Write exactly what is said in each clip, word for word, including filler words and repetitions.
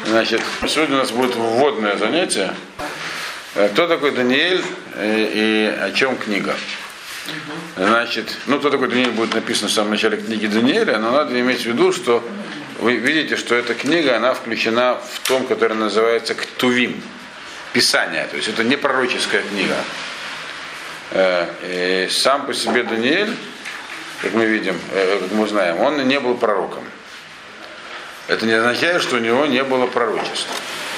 Значит, сегодня у нас будет вводное занятие. Кто такой Даниэль и о чем книга? Значит, ну кто такой Даниэль будет написано в самом начале книги Даниэля, но надо иметь в виду, что вы видите, что эта книга, она включена в том, который называется Ктувим, Писание, то есть это не пророческая книга. И сам по себе Даниэль, как мы видим, как мы знаем, он не был пророком. Это не означает, что у него не было пророчества.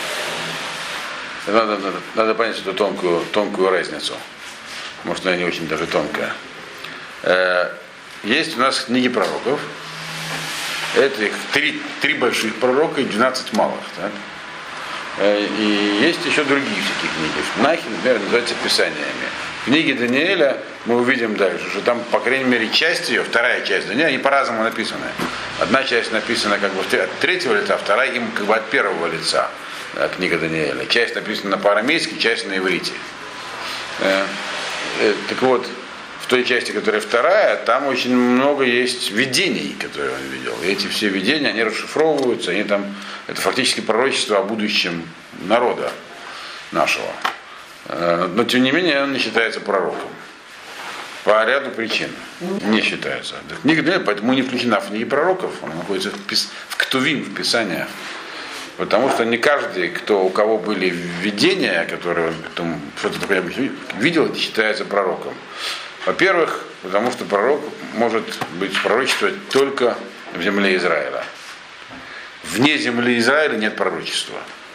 Надо, надо, надо понять эту тонкую, тонкую разницу. Может, она не очень даже тонкая. Есть у нас книги пророков. Это их три, три больших пророка и двенадцать малых. Так? И есть еще другие всякие книги. Нахи, например, называются Писаниями. Книги Даниэля мы увидим дальше, что там, по крайней мере, часть ее, вторая часть Даниэля, они по-разному написаны. Одна часть написана как бы от третьего лица, вторая им как бы от первого лица, да, книга Даниэля. Часть написана по-арамейски, часть на иврите. Э, э, так вот, в той части, которая вторая, там очень много есть видений, которые он видел. И эти все видения, они расшифровываются, они там, это фактически пророчество о будущем народа нашего. Но, тем не менее, он не считается пророком. По ряду причин не считается. Книга Даниэля поэтому не включена в книги пророков, она находится в, пис... в Ктувим, в Писаниях. Потому что не каждый, кто, у кого были видения, которые там, что-то такое видел, считается пророком. Во-первых, потому что пророк может быть пророчествовать только в земле Израиля. Вне земли Израиля нет пророчества.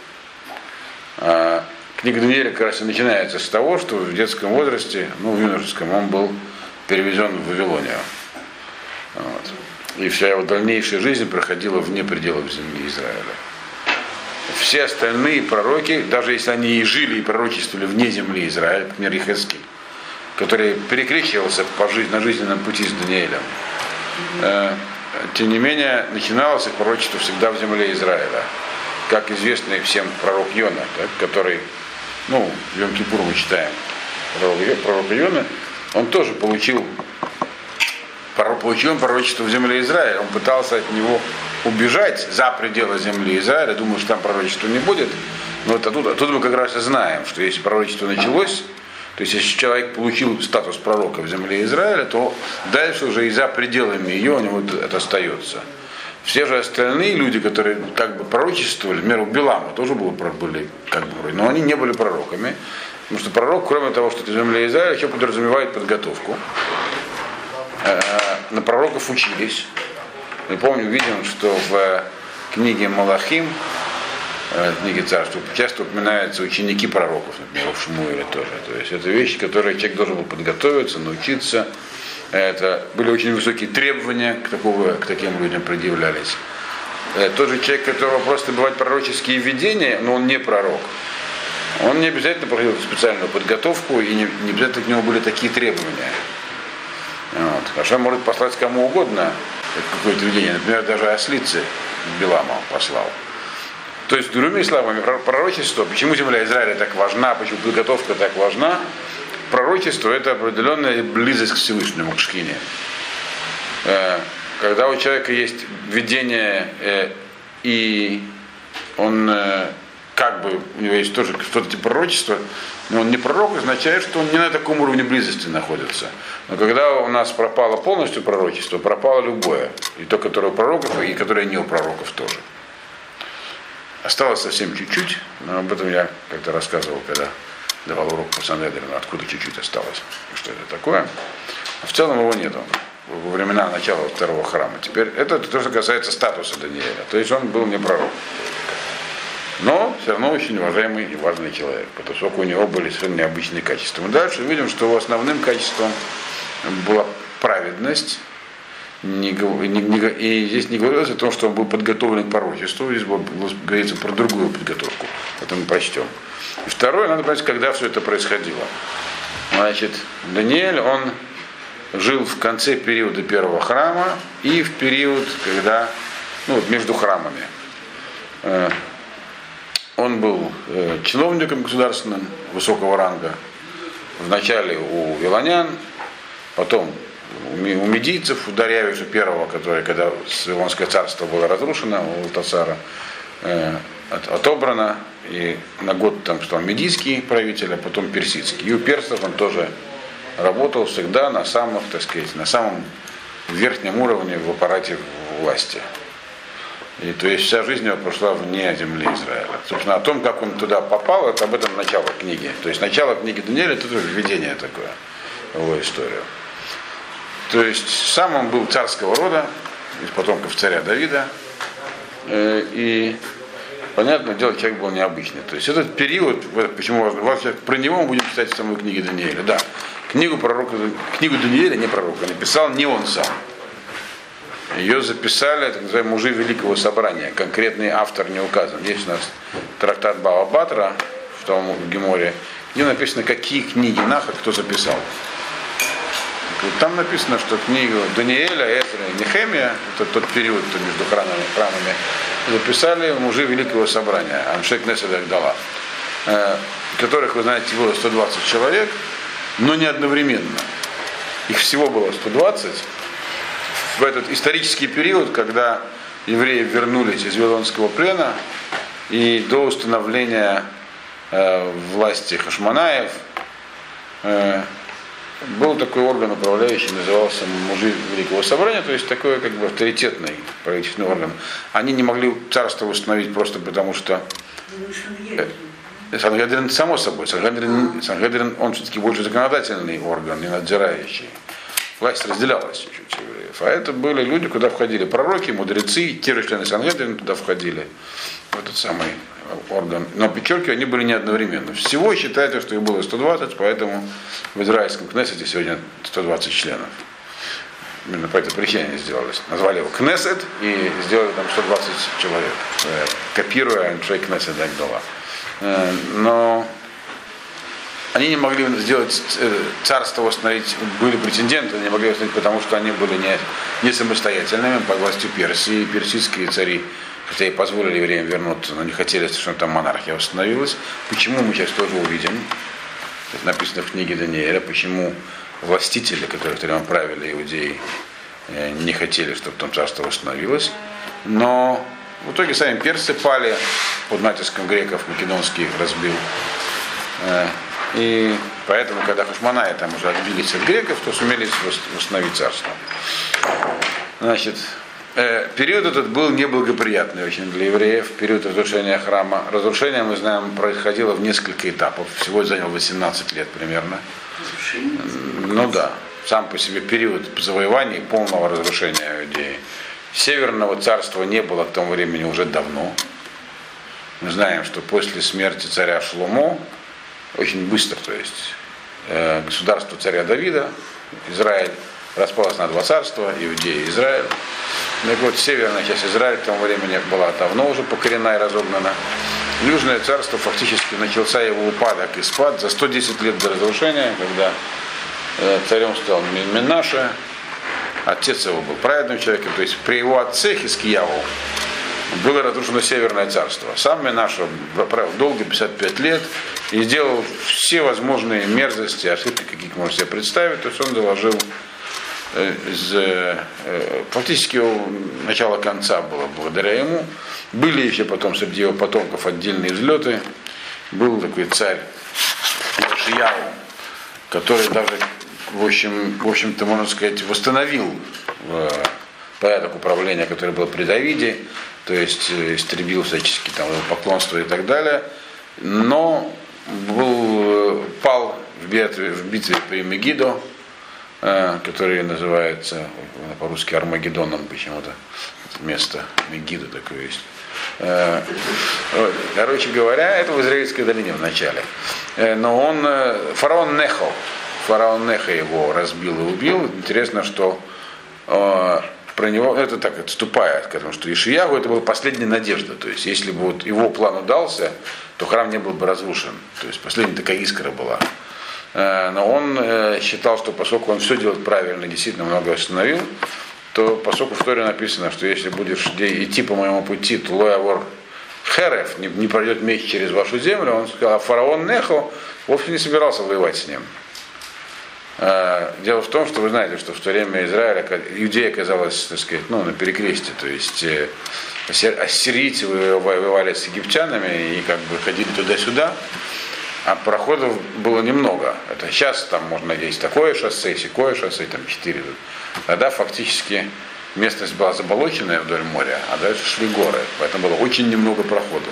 Книга Даниэля как раз и начинается с того, что в детском возрасте, ну, в юношеском, он был перевезен в Вавилонию. Вот. И вся его дальнейшая жизнь проходила вне пределов земли Израиля. Все остальные пророки, даже если они и жили, и пророчествовали вне земли Израиля, например, Йехескель, который перекрещивался по жизни, на жизненном пути с Даниэлем, э, тем не менее, начиналось их пророчество всегда в земле Израиля. Как известный всем пророк Йона, так, который, ну, в Йом-Кипур мы читаем пророк, пророк Йона, он тоже получил, получил пророчество в земле Израиля. Он пытался от него убежать за пределы земли Израиля, думал, что там пророчества не будет. Но вот оттуда, оттуда мы как раз и знаем, что если пророчество началось, то есть если человек получил статус пророка в земле Израиля, то дальше уже и за пределами ее у него это остается. Все же остальные люди, которые как бы пророчествовали, например, у Билама тоже были как бы, но они не были пророками. Потому что пророк, кроме того, что это земля Израиля, еще подразумевает подготовку. На пророков учились. Мы помним, видим, что в книге Малахим, в книге Царства, часто упоминаются ученики пророков, например, в Шмуэле тоже. То есть это вещи, которые человек должен был подготовиться, научиться. Это были очень высокие требования к, такого, к таким людям предъявлялись. Тот же человек, у которого просто бывают пророческие видения, но он не пророк. Он не обязательно проходил специальную подготовку, и не, не обязательно к нему были такие требования. Вот. Хорошо, он может послать кому угодно какое-то видение. Например, даже ослицы Билама послал. То есть, другими словами, пророчество, почему земля Израиля так важна, почему подготовка так важна, пророчество – это определенная близость к Всевышнему, к Шхине. Когда у человека есть видение, и он как бы, у него есть тоже что-то типа пророчества, но он не пророк, означает, что он не на таком уровне близости находится. Но когда у нас пропало полностью пророчество, пропало любое. И то, которое у пророков, и которое не у пророков тоже. Осталось совсем чуть-чуть, но об этом я как-то рассказывал, когда давал урок по Санедрину, откуда чуть-чуть осталось, что это такое. А в целом его нету во времена начала второго храма. Теперь это то, что касается статуса Даниэля. То есть он был не пророк. Но все равно очень уважаемый и важный человек, поскольку у него были совершенно необычные качества. Мы дальше видим, что его основным качеством была праведность. Не, не, не, и здесь не говорилось о том, что он был подготовлен к пророчеству, здесь было, говорится про другую подготовку. Это мы прочтем. И второе, надо понять, когда все это происходило. Значит, Даниэль, он жил в конце периода первого храма и в период, когда, ну, вот между храмами. Он был чиновником государственным высокого ранга. Вначале у вавилонян, потом у медийцев, у Дарьявиша первого, который, когда Вавилонское царство было разрушено, у Валтасара, от, отобрано, и на год там стал медийский правитель, а потом персидский. И у персов он тоже работал всегда на самых, так сказать, на самом верхнем уровне в аппарате власти. И то есть вся жизнь его прошла вне земли Израиля. Собственно, о том, как он туда попал, это об этом начало книги. То есть начало книги Даниэля, это тоже введение такое в его историю. То есть сам он был царского рода, из потомков царя Давида. И, понятное дело, человек был необычный. То есть этот период, почему вообще про него мы будем читать в самой книге Даниэля. Да, книгу, пророка, книгу Даниэля, не пророка, написал не он сам. Ее записали, так называемые, мужи Великого Собрания. Конкретный автор не указан. Есть у нас трактат Бава Батра в том в Геморе, где написано, какие книги Наха кто записал. Там написано, что книгу Даниэля, Эзра и Нехемия, это тот период между храмами, храмами, записали мужи Великого Собрания, Аншей Кнесет Агдала, которых, вы знаете, было сто двадцать человек, но не одновременно. Их всего было сто двадцать. В этот исторический период, когда евреи вернулись из Вавилонского плена, и до установления э, власти Хашманаев э, был такой орган управляющий, назывался мужи Великого Собрания, то есть такой как бы авторитетный правительственный орган. Они не могли царство установить просто потому, что э, Сангедрин, само собой, Сангедрин, Сангедрин, он все-таки больше законодательный орган, не надзирающий. Власть разделялась чуть-чуть евреев. А это были люди, куда входили пророки, мудрецы, те же члены Сангедрина туда входили, в этот самый орган. Но подчеркиваю, они были не одновременно. Всего считается, что их было сто двадцать, поэтому в израильском Кнессете сегодня сто двадцать членов. Именно по этой причине сделалось. Назвали его Кнессет и сделали там сто двадцать человек, копируя Аншей Кнессет Агдала. Но они не могли сделать царство, восстановить, были претенденты, не могли восстановить, потому что они были не, не самостоятельными под властью Персии. Персидские цари, хотя и позволили евреям вернуться, но не хотели, чтобы там монархия восстановилась. Почему, мы сейчас тоже увидим. Это написано в книге Даниэля, почему властители, которые в то время правили Иудеей, не хотели, чтобы там царство восстановилось. Но в итоге сами персы пали под натиском греков, Македонский их разбил. И поэтому, когда Хашманаи там уже отбились от греков, то сумели восстановить царство. Значит, э, период этот был неблагоприятный очень для евреев, период разрушения храма. Разрушение, мы знаем, происходило в несколько этапов. Всего заняло восемнадцать лет примерно. Ну да, сам по себе период завоевания и полного разрушения Иудеи. Северного царства не было к тому времени уже давно. Мы знаем, что после смерти царя Шломо, очень быстро, то есть э, государство царя Давида, Израиль, распалось на два царства, Иудея и Израиль. Ну и вот северная часть Израиля к тому времени была давно уже покорена и разогнана. Южное царство, фактически начался его упадок и спад за сто десять лет до разрушения, когда э, царем стал Менаше, отец его был праведным человеком, то есть при его отце Хискияву было разрушено Северное царство. Сам Менаше правил долго, пятьдесят пять лет, и сделал все возможные мерзости, ошибки, какие можно себе представить. То есть он доложил э, из, э, фактически его начало конца было благодаря ему. Были еще потом среди его потомков отдельные взлеты. Был такой царь Йошияу, который даже, в общем, в общем-то, можно сказать, восстановил э, порядок управления, который был при Давиде, то есть истребил всячески там поклонство и так далее, но был, пал в битве, в битве при Мегидо, э, который называется по-русски Армагеддоном почему-то, место Мегидо такое есть. Э, вот. Короче говоря, это в Израильской долине в начале. Э, но он, э, фараон Нехо, фараон Нехо его разбил и убил. Интересно, что э, про него, это так, отступая, скажем, что Ишиягу это была последняя надежда. То есть, если бы вот его план удался, то храм не был бы разрушен. То есть, последняя такая искра была. Но он считал, что поскольку он все делает правильно, действительно много остановил, то поскольку в Торе написано, что если будешь идти по моему пути, то лоявор херев, не, не пройдет меч через вашу землю, он сказал, а фараон Нехо вовсе не собирался воевать с ним. Дело в том, что вы знаете, что в то время Израиля, Иудея оказалась, так сказать, ну, на перекрестье, то есть ассирийцы воевали с египтянами и как бы ходили туда-сюда, а проходов было немного. Это сейчас там можно есть такое шоссе, сякое шоссе, там четыре. Тогда фактически местность была заболоченная вдоль моря, а дальше шли горы, поэтому было очень немного проходов.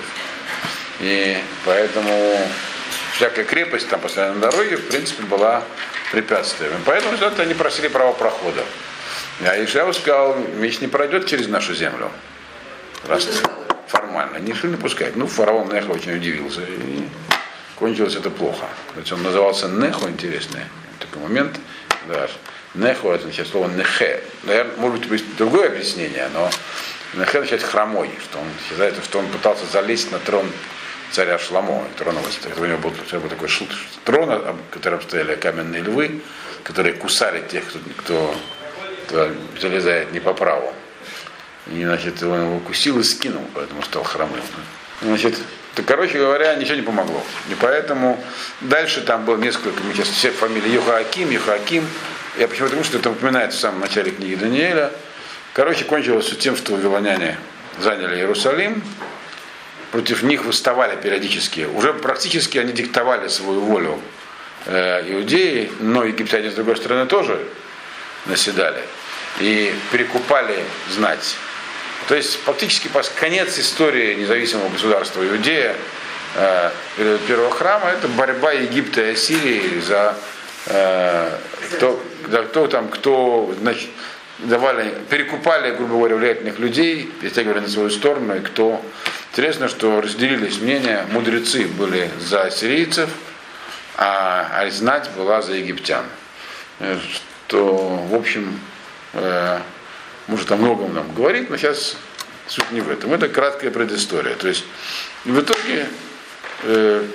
И поэтому всякая крепость там постоянно на дороге, в принципе, была препятствием. Поэтому это они просили право прохода. А Ишаяу сказал, меч не пройдет через нашу землю. Раз формально. Не решили пускать. Ну, фараон Нехо очень удивился. И кончилось это плохо. То есть он назывался Нехо, интересный такой момент. Да. Нехо, это значит слово Нехе. Наверное, может быть, другое объяснение, но Нехе означает хромой, что он считает, что он пытался залезть на трон царя Шламо, троновости. У него был, был такой трон, в котором стояли каменные львы, которые кусали тех, кто, кто, кто залезает не по праву. И, значит, он его укусил и скинул, поэтому стал хромым. Значит, то, короче говоря, ничего не помогло. И поэтому дальше там было несколько, мы сейчас все фамилии Йохоаким, Йохоаким. Я почему-то думаю, что это упоминается в самом начале книги Даниэля. Короче, кончилось все тем, что вавилоняне заняли Иерусалим. Против них выставали периодически. Уже практически они диктовали свою волю э, иудеи, но египтяне, с другой стороны, тоже наседали. И перекупали знать. То есть фактически конец истории независимого государства Иудея, э, первого храма, это борьба Египта и Ассирии за э, кто, да, кто там, кто, значит, давали, перекупали, грубо говоря, влиятельных людей, перетягивали на свою сторону, и кто. Интересно, что разделились мнения, мудрецы были за ассирийцев, а, а знать была за египтян. Что, в общем, э, может о многом нам говорить, но сейчас суть не в этом. Это краткая предыстория. То есть в итоге э,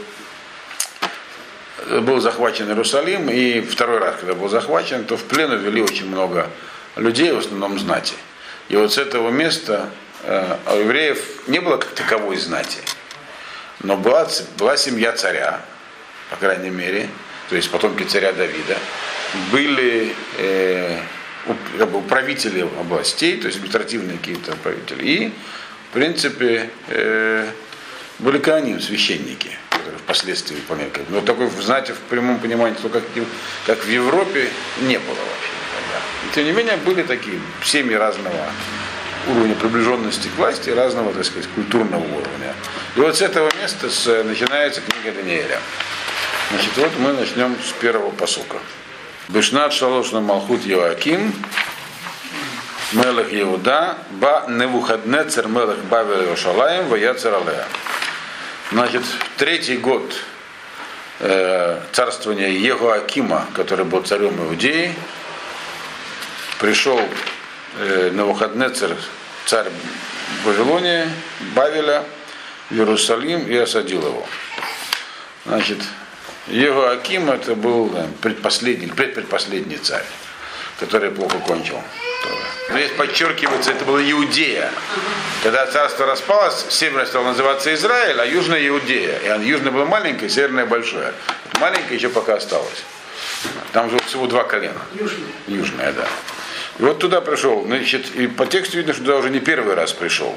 был захвачен Иерусалим, и второй раз, когда был захвачен, то в плен увели очень много людей, в основном знати. И вот с этого места э, у евреев не было как таковой знати, но была, была семья царя, по крайней мере, то есть потомки царя Давида, были э, управители областей, то есть административные какие-то правители, и, в принципе, э, были коаним, священники, которые впоследствии выполняли. Но такой, знаете, в прямом понимании, что как, как в Европе, не было вообще никогда. И, тем не менее, были такие семьи разного уровня приближенности к власти, разного, так сказать, культурного уровня. И вот с этого места с, начинается книга Даниэля. Значит, вот мы начнем с первого пасука. Бешнат шалош на Малхут Йоаким, Мелех Иуда, Ба Невухаднецер Мелех Бавел Иерушалаим, Ваяцер Алея. Значит, в третий год э, царствования Йеhoакима, который был царем Иудеи, пришел э, Невухаднецер, царь Вавилония, Бавеля, в Иерусалим и осадил его. Значит, Йеhoаким это был да, предпоследний, предпредпоследний царь, который плохо кончил. Но здесь подчеркивается, это была Иудея. Когда царство распалось, северное стало называться Израиль, а южная Иудея. И южное было маленькое, северное большое. Маленькое еще пока осталось. Там же всего два колена. Южное. Южное, да. И вот туда пришел. Значит, и по тексту видно, что туда уже не первый раз пришел.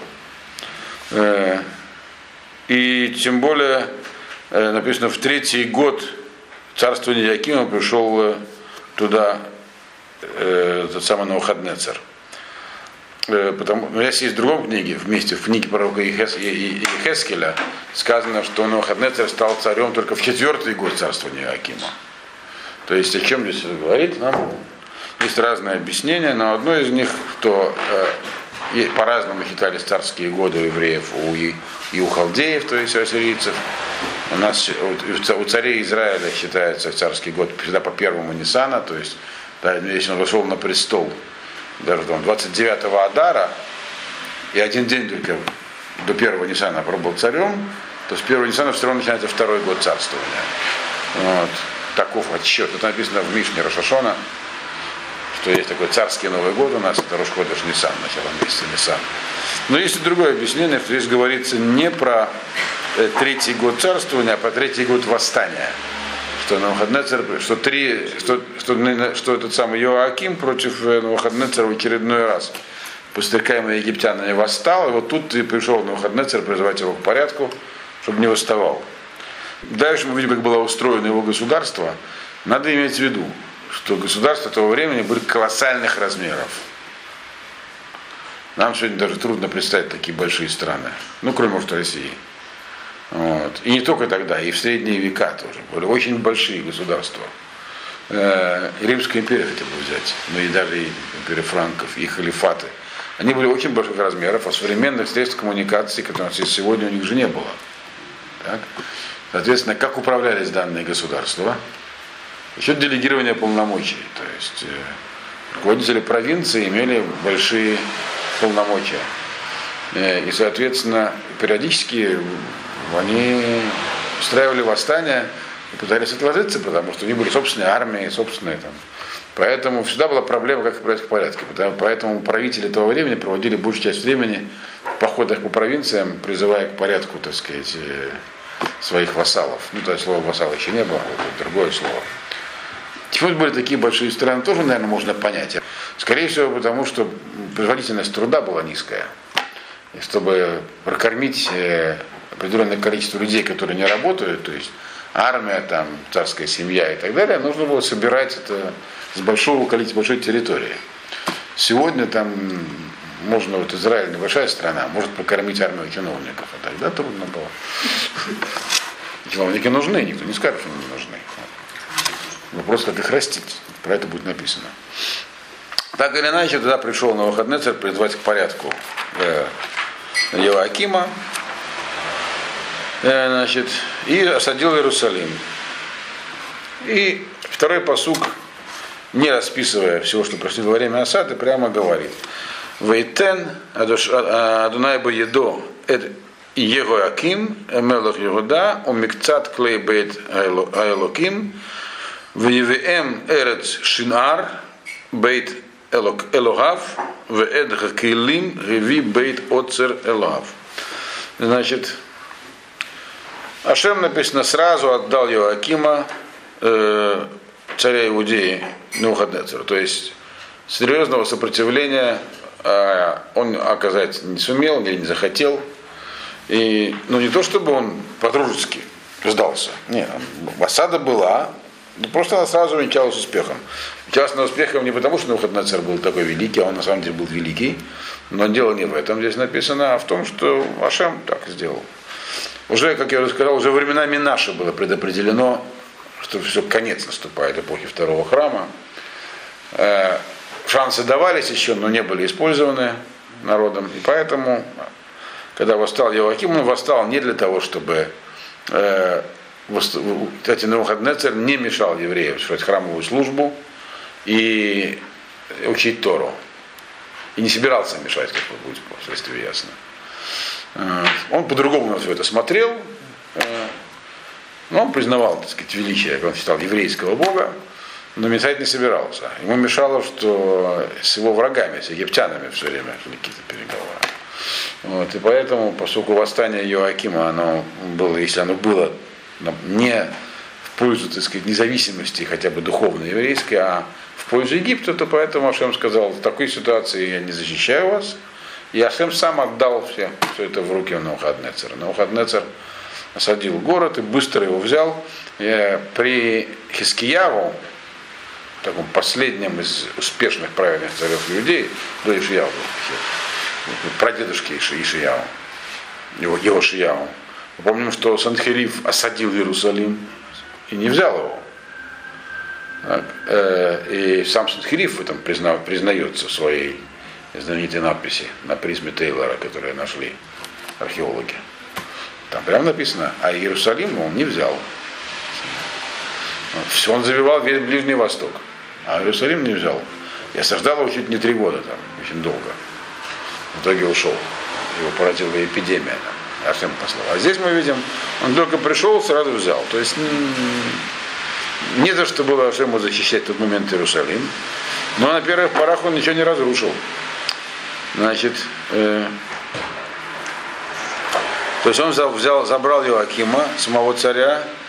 И тем более написано, в третий год царствования Якима пришел туда э, тот самый Навуходоносор. Э, потому, но если есть в другом книге, вместе в книге пророка Иехескеля, сказано, что Навуходоносор стал царем только в четвертый год царствования Якима. То есть о чем здесь это говорит? Нам есть разные объяснения, но одно из них, что э, по-разному считались царские годы у евреев, у, и, и у халдеев, то есть у ассирийцев. У нас у царей Израиля считается царский год всегда по первому Ниссана, то есть да, если он вошел на престол даже там, двадцать девятого Адара, и один день только до первого Ниссана пробыл царем, то с первого Ниссана все равно начинается второй год царствования. Вот. Таков отсчет. Это написано в Мишне Рош ха-Шана, что есть такой царский Новый год у нас, это Рош ходеш Ниссан, начало месяца Ниссан. Но есть и другое объяснение, что здесь говорится не про третий год царствования, а про третий год восстания. Что что Навуходоносор, что три, что, что, что этот самый Йоаким против Навуходоносора в очередной раз, подстрекаемый египтянами, восстал, и вот тут и пришел Навуходоносор призывать его к порядку, чтобы не восставал. Дальше мы видим, как было устроено его государство. Надо иметь в виду, что государства того времени были колоссальных размеров. Нам сегодня даже трудно представить такие большие страны. Ну, кроме, может, России. Вот. И не только тогда, и в средние века тоже. Были очень большие государства. Э, Римская империя хотя бы взять, но и даже и империя франков, и халифаты. Они были очень больших размеров, а современных средств коммуникации, которые у нас есть сегодня, у них же не было. Так? Соответственно, как управлялись данные государства? Еще делегирование полномочий. То есть э, руководители провинции имели большие полномочия. Э, и, соответственно, периодически они устраивали восстания и пытались отложиться, потому что у них были собственные армии, собственные там. Поэтому всегда была проблема, как их приводить к порядку. Поэтому правители того времени проводили большую часть времени в походах по провинциям, призывая к порядку, так сказать, своих вассалов. Ну, то есть слова вассала еще не было, это другое слово. Почему были такие большие страны, тоже, наверное, можно понять. Скорее всего, потому что производительность труда была низкая. И чтобы прокормить определенное количество людей, которые не работают, то есть армия, там, царская семья и так далее, нужно было собирать это с большого количества, большой территории. Сегодня там можно, вот Израиль небольшая страна, может прокормить армию чиновников, а тогда трудно было. Чиновники нужны, никто не скажет, что они не нужны. Вопрос, как их растить, про это будет написано. Так или иначе, тогда пришел Навуходоносор призвать к порядку э, Йоакима, э, значит, и осадил Иерусалим. И второй пасук, не расписывая всего, что прошло во время осады, прямо говорит: Вейтен Адунай Боедо Йеhoаким Мелах Йehуда Умикцат Клей Бейт Айлоким Веевем Эрец Шинар Бейт Элогав Веэд Хакилим Реви Бейт Оцер Элогав. Значит, Ашем, написано, сразу отдал Йоакима, э, царя Иудеи, Навуходоносору. То есть серьезного сопротивления э, он оказать не сумел или не захотел. И, ну, не то чтобы он по-дружески сдался. Нет, осада была, просто она сразу увенчалась успехом. Увенчалась она успехом не потому, что Навуходоносор был такой великий, а он на самом деле был великий. Но дело не в этом здесь написано, а в том, что Ашем так сделал. Уже, как я уже сказал, уже временами наши было предопределено, что все, конец наступает эпохи второго храма. Э, шансы давались еще, но не были использованы народом. И поэтому, когда восстал Йоаким, он восстал не для того, чтобы э, кстати, Навуходоносор не мешал евреям совершать храмовую службу и учить Тору. И не собирался мешать, как будет впоследствии ясно. Он по-другому на все это смотрел, но он признавал, так сказать, величие, как он считал, еврейского бога, но мешать не собирался. Ему мешало, что с его врагами, с египтянами все время шли какие-то переговоры. Вот, и поэтому, поскольку восстание Йоакима, оно было, если оно было не в пользу, так сказать, независимости, хотя бы духовной еврейской, а в пользу Египта, то поэтому Ашем сказал: в такой ситуации я не защищаю вас. И Ашем сам отдал все, все это в руки Навуходоносора. Навуходоносор осадил город и быстро его взял. И при Хискияву, таком последнем из успешных правильных царев людей, до Ишияу, прадедушки Ишияу, его, его Шияу. Помним, что Санхериф осадил Иерусалим и не взял его. Так, э, и сам Санхериф в этом призна, признается в своей знаменитой надписи на призме Тейлора, которую нашли археологи. Там прямо написано: а Иерусалим он не взял. Все, он завоевал весь Ближний Восток, а Иерусалим не взял. И осаждал его чуть не три года, там, очень долго. В итоге ушел. Его поразила эпидемия. Ашем послал. А здесь мы видим, он только пришел, сразу взял. То есть не за что было Ашему защищать в тот момент Иерусалим. Но на первых порах он ничего не разрушил. Значит, э, то есть он взял, взял, забрал Йоакима, самого царя,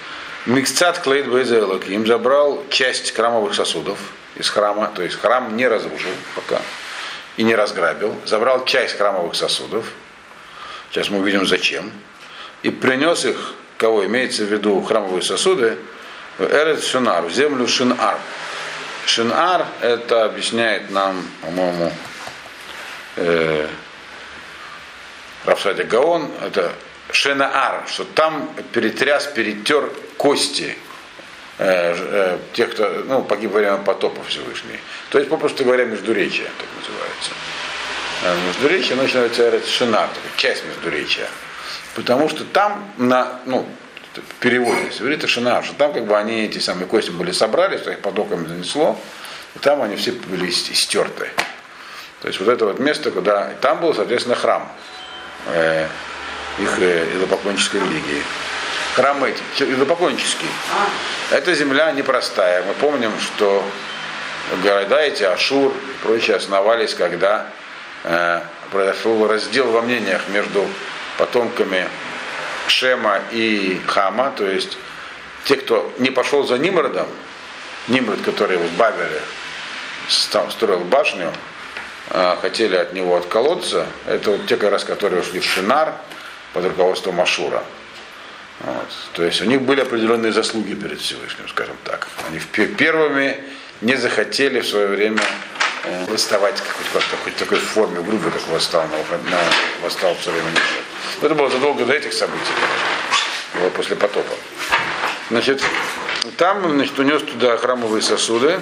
Микцат клейд бейзелок. Им забрал часть храмовых сосудов из храма, то есть храм не разрушил пока и не разграбил, забрал часть храмовых сосудов. Сейчас мы увидим зачем. И принес их, кого имеется в виду храмовые сосуды, в Эрец Шинар, в землю Шинар. Шинар, это объясняет нам, по-моему, э, Рафсадия Гаон, это Шенаар, что там перетряс, перетер кости э, э, тех, кто ну, погиб во время потопа Всевышний. То есть, попросту говоря, междуречие, так называется. А междуречие начинается Эрец Шинар, часть междуречия. Потому что там, на, ну, в переводе, если говорит Шинар, что там как бы они, эти самые кости были собрались, что их потоками занесло, и там они все были стерты. То есть вот это вот место, куда... И там был, соответственно, храм э, их э, идолопоклоннической религии. Храм эти, идолопоклоннический. Эта земля непростая. Мы помним, что города эти, Ашур и прочие, основались, когда э, произошел раздел во мнениях между потомками Шема и Хама, то есть те, кто не пошел за Нимродом, Нимрод, который в Бавеле строил башню, хотели от него отколоться, это вот те, как раз, которые ушли в Шинар под руководством Ашура. Вот. То есть у них были определенные заслуги перед Всевышним, скажем так. Они первыми не захотели в свое время восставать в какой-то такой форме группы, как восстал, на, на, восстал в свое время. Это было задолго до этих событий, конечно, было после потопа. Значит, там, значит, унес туда храмовые сосуды,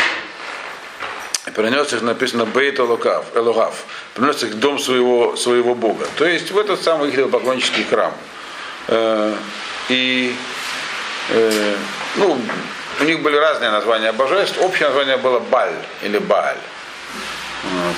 и принес их, написано, Бейт Элогав, принес их в дом своего, своего бога. То есть в этот самый их поклоннический храм. И ну, у них были разные названия божеств. Общее название было Баль или Бааль. Вот.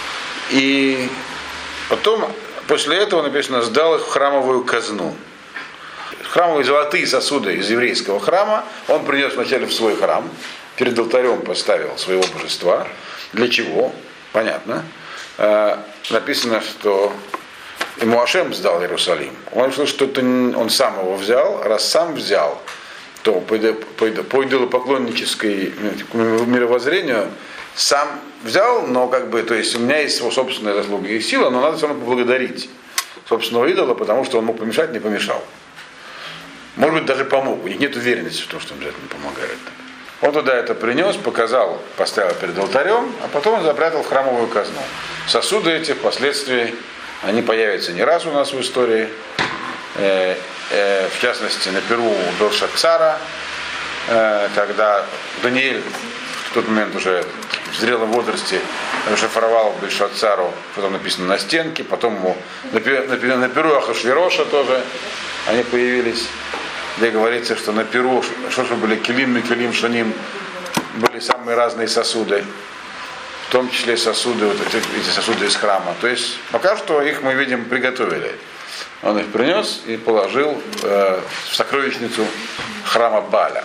И потом, после этого написано, сдал их в храмовую казну. Храмовые золотые сосуды из еврейского храма он принес вначале в свой храм, перед алтарем поставил своего божества. Для чего? Понятно. Э, написано, что ему Ашем сдал Иерусалим. Он решил, что это он сам его взял. Раз сам взял, то по, по, по идолопоклоннической мировоззрению сам взял, но как бы, то есть у меня есть его собственная заслуга и сила, но надо все равно поблагодарить собственного идола, потому что он мог помешать, не помешал. Может быть, даже помог. У них нет уверенности в том, что он обязательно помогает. Он туда это принес, показал, поставил перед алтарем, а потом он запрятал в храмовую казну. Сосуды эти впоследствии, они появятся не раз у нас в истории. Э, э, в частности, на Перу у Белшацара, э, когда Даниэль в тот момент уже в зрелом возрасте расшифровал Белшацару, что там написано на стенке, потом ему на, на, на Перу Ахашвироша тоже они появились, где говорится, что на Перу, что же были Келим и Келим Шаним, были самые разные сосуды, в том числе сосуды, вот эти, эти сосуды из храма. То есть пока что их мы видим приготовили. Он их принес и положил э, в сокровищницу храма Бааля.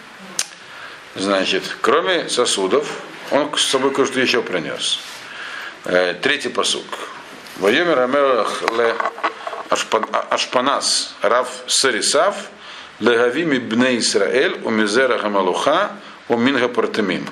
Значит, кроме сосудов, он с собой кое-что еще принес. Э, третий пасук. Вайомер Амелах ле Ашпанас Рав Сарисав легавими бней Исраэль у мизера Хамалуха у Минга Партемим.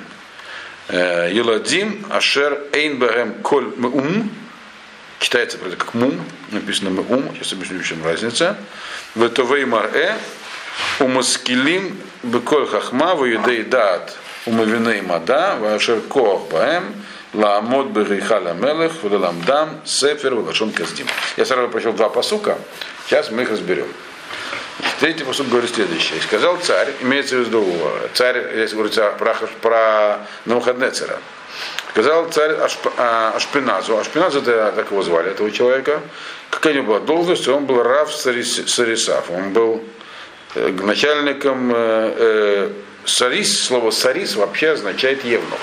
Юладим Ашер Эйн Багем Коль Меум. Читается, правда, как Мум, написано Меум, сейчас объясню, в чем разница. Ветовей Марэ у Маскилим Беколь Хахма в Юдей Дат у Мавиней Мада в Ашер Коах Баэм Лаамод Бегейхаля Мелех в Ламдам Сефер в Лашон Каздим. Я сразу прочел два пасука, сейчас мы их разберем. Третий пасук говорит следующее. И сказал царь, имеется в виду царь, если говорится про, про Навуходоносора. Сказал царь Ашп, а, Ашпеназу. Ашпеназ, это так его звали, этого человека. Какая у него была должность? Он был Рав Сарис, Сарисав. Он был э, начальником э, э, Сарис. Слово Сарис вообще означает евнух.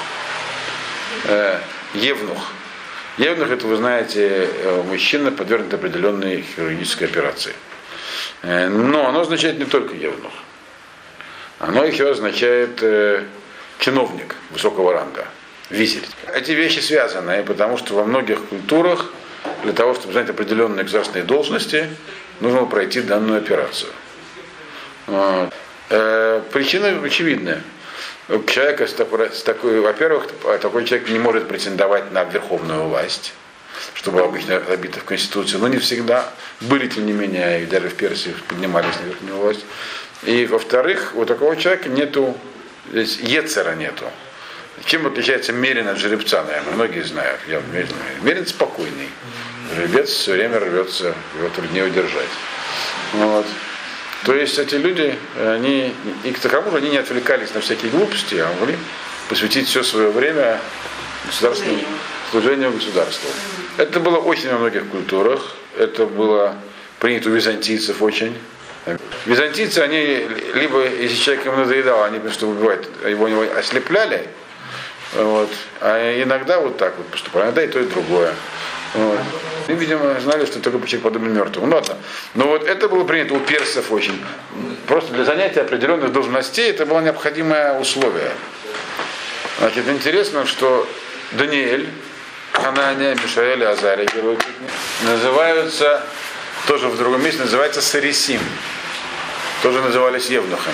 Э, евнух. Евнух, это, вы знаете, мужчина, подвергнут определенной хирургической операции. Э, но оно означает не только евнух. Оно еще означает э, чиновник высокого ранга. Визирь. Эти вещи связаны, потому что во многих культурах для того, чтобы занять определенные государственные должности, нужно пройти данную операцию. Э, причина очевидная. Человек с такой, с такой, во-первых, такой человек не может претендовать на верховную власть, что было обычно забито в Конституции, но не всегда. Были, тем не менее, и даже в Персии поднимались на верхнюю власть. И, во-вторых, у такого человека нету, здесь ецера нету. Чем отличается мерин от жеребца, наверное, многие знают. Я мерин спокойный. Жеребец все время рвется, его труднее удержать. Вот. То есть эти люди, они, и к тому же они не отвлекались на всякие глупости, а могли посвятить все свое время государственному служению государству. Это было очень во многих культурах, это было принято у византийцев очень. Византийцы, они либо, если человек им надоедал, они просто убивают, его, его ослепляли, вот, а иногда вот так вот поступали, иногда и то, и другое. Вот. И, видимо, знали, что такой человек подобен мертвому. Ну ладно. Но вот это было принято у персов очень. Просто для занятия определенных должностей это было необходимое условие. Значит, интересно, что Даниэль, Хананя, Мишаэль и Азария, герои книги, называются, тоже в другом месте, называются Сарисим. Тоже назывались евнухами.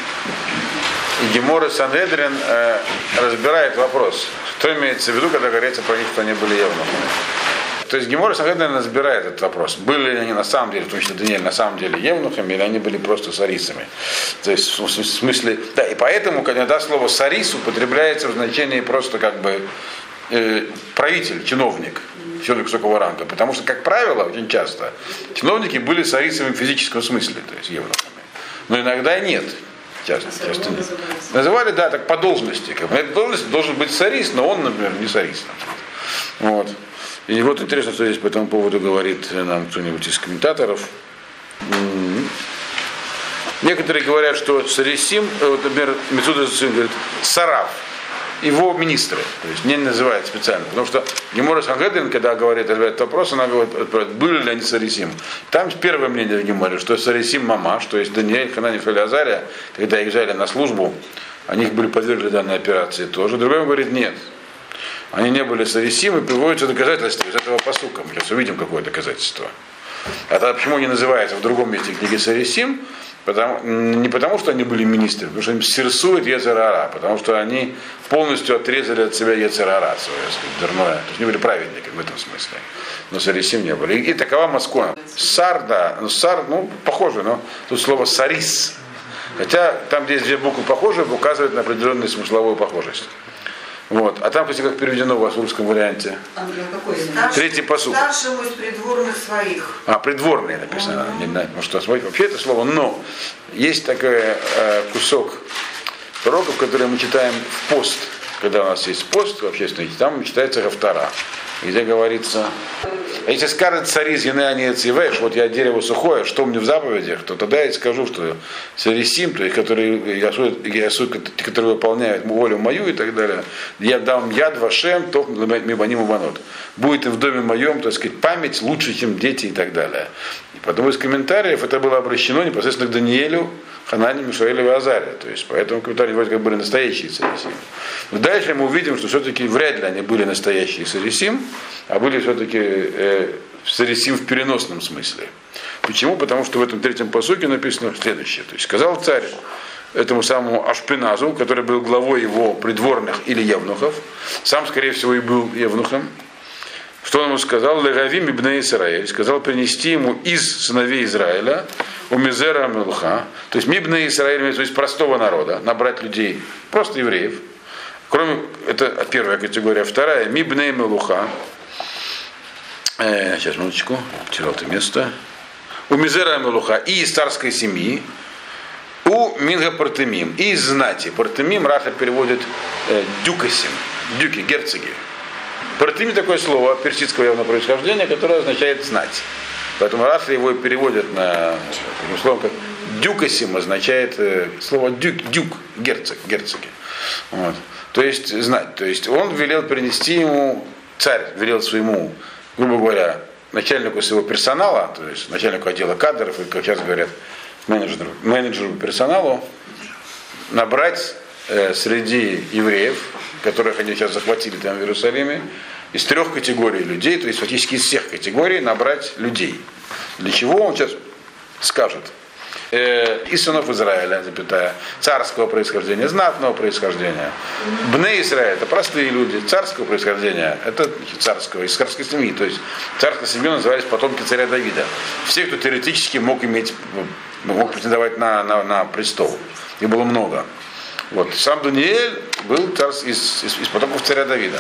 И Гемора Санедрин э, разбирает вопрос, что имеется в виду, когда говорится про них, что они были евнухами. То есть Гемора Санедрин разбирает этот вопрос. Были ли они на самом деле, в том числе Даниэль, на самом деле евнухами, или они были просто сарисами. То есть в смысле, да, и поэтому, когда слово сарис употребляется в значении просто как бы э, правитель, чиновник, человек высокого ранга. Потому что, как правило, очень часто чиновники были сарисами в физическом смысле, то есть евнухами. Но иногда нет. Часто, часто нет. Называли, да, так по должности. Как бы. На этой должности должен быть сарис, но он, например, не сарис. Вот. И вот интересно, что здесь по этому поводу говорит нам кто-нибудь из комментаторов. Mm-hmm. Некоторые говорят, что Сарисим, вот, например, Мецуда говорит, Сараф, его министры, то есть не называют специально, потому что Гемора Санхедрин, когда говорит этот вопрос, она говорит, были ли они Сарисим. Там первое мнение в Геморе, что Сарисим мама, что есть Даниэль, Ханани, Азария, когда их взяли на службу, они их были подвергли данной операции тоже. Другой говорит, нет. Они не были Сарисим, и приводятся доказательства из этого пасука. Мы сейчас увидим, какое доказательство. А тогда почему не называется в другом месте книги Сарисим? Потому, не потому, что они были министрами, потому что им сирсует Ецер-ара, потому что они полностью отрезали от себя Ецер-ара, свое, сказать, дурное. То есть они были праведниками в этом смысле. Но Сарисим не были. И, и такова Москва. Сар, да, ну, сар, ну, похоже, но тут слово сарис. Хотя там, где есть две буквы похожие, указывает на определенную смысловую похожесть. Вот. А там, кстати, как переведено у вас в русском варианте? Старш... Третий пасук. Старшему из придворных своих. А, придворные написано. Mm-hmm. Не знаю, может, что смотрите. Вообще это слово «но». Есть такой э, кусок пророков, который мы читаем в пост. Когда у нас есть пост общественный, там читается Гафтара, где говорится, а если скажет цари из Янеани Цивэш, вот я дерево сухое, что мне в заповедях, то тогда я скажу, что Сарисим, то есть которые, которые выполняют волю мою и так далее, я дам яд вашем, то мибаним убанот. Будет и в доме моем, так сказать, память лучше, чем дети и так далее. И по одному из комментариев это было обращено непосредственно к Даниэлю, Ханане, Мишаэлю и Азаре. То есть поэтому комментарии вроде как были настоящие Сарисим. Но дальше мы увидим, что все-таки вряд ли они были настоящие Сарисим, а были все-таки э, Сарисим в переносном смысле. Почему? Потому что в этом третьем пасуке написано следующее. То есть сказал царь этому самому Ашпеназу, который был главой его придворных или евнухов, сам, скорее всего, и был евнухом, что он ему сказал? Легавим ибн Исраэль, сказал принести ему из сыновей Израиля у Мизера Мелуха, то есть Мибна Исраэль, то есть простого народа, набрать людей, просто евреев. Кроме, это первая категория. Вторая, Мибна Мелуха. Э, сейчас, минуточку, потерял это место. У Мизера Мелуха и из царской семьи. У Минга Партемим и из знати. Партемим Раха переводит э, дюкасим, дюки, герцоги. Партемим такое слово персидского явного происхождения, которое означает знать. Поэтому Раша его переводят на таким словом, как дюкасим означает э, слово дюк, дюк, герцог, герцоги. Вот. То есть знать. То есть он велел принести ему, царь велел своему, грубо говоря, начальнику своего персонала, то есть начальнику отдела кадров, или, как сейчас говорят, менеджеру, менеджеру персоналу, набрать э, среди евреев, которых они сейчас захватили там в Иерусалиме, из трех категорий людей, то есть фактически из всех категорий набрать людей. Для чего он сейчас скажет? Э, из сынов Израиля, запятая, царского происхождения, знатного происхождения. Бне Израиль это простые люди, царского происхождения, это царского, из царской семьи. То есть царской семьей назывались потомки царя Давида. Все, кто теоретически мог иметь, мог претендовать на, на, на престол. Их было много. Вот. Сам Даниэль был царь из, из, из потомков царя Давида.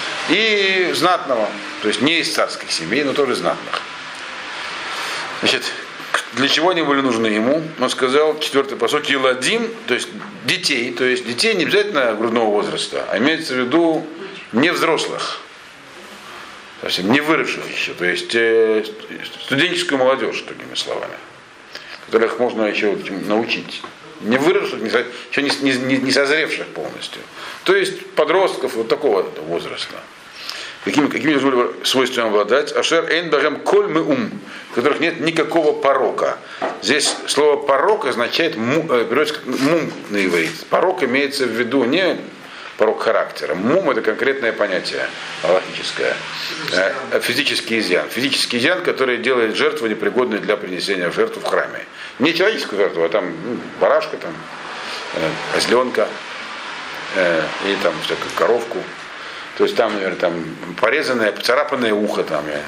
И знатного, то есть не из царских семей, но тоже знатных. Значит, для чего они были нужны ему? Он сказал, четвертый посок, Еладим, то есть детей, то есть детей не обязательно грудного возраста, а имеется в виду не взрослых, совсем не выросших еще, то есть э, студенческую молодежь, другими словами, которых можно еще научить. Не выросших, не, еще не, не, не созревших полностью. То есть подростков вот такого возраста. Какими, какими должны были свойствами обладать? Ашер эйн бахем коль мы ум, в которых нет никакого порока. Здесь слово порок означает му, берется как мум на иврит. Порок имеется в виду не порок характера. Мум это конкретное понятие алахическое. А физический изъян. Физический изъян, который делает жертву непригодной для принесения в жертву в храме. Не человеческую жертву, а там ну, барашка, там, э, козленка э, или там всякую коровку. То есть там, наверное, там порезанное, поцарапанное ухо, там, э,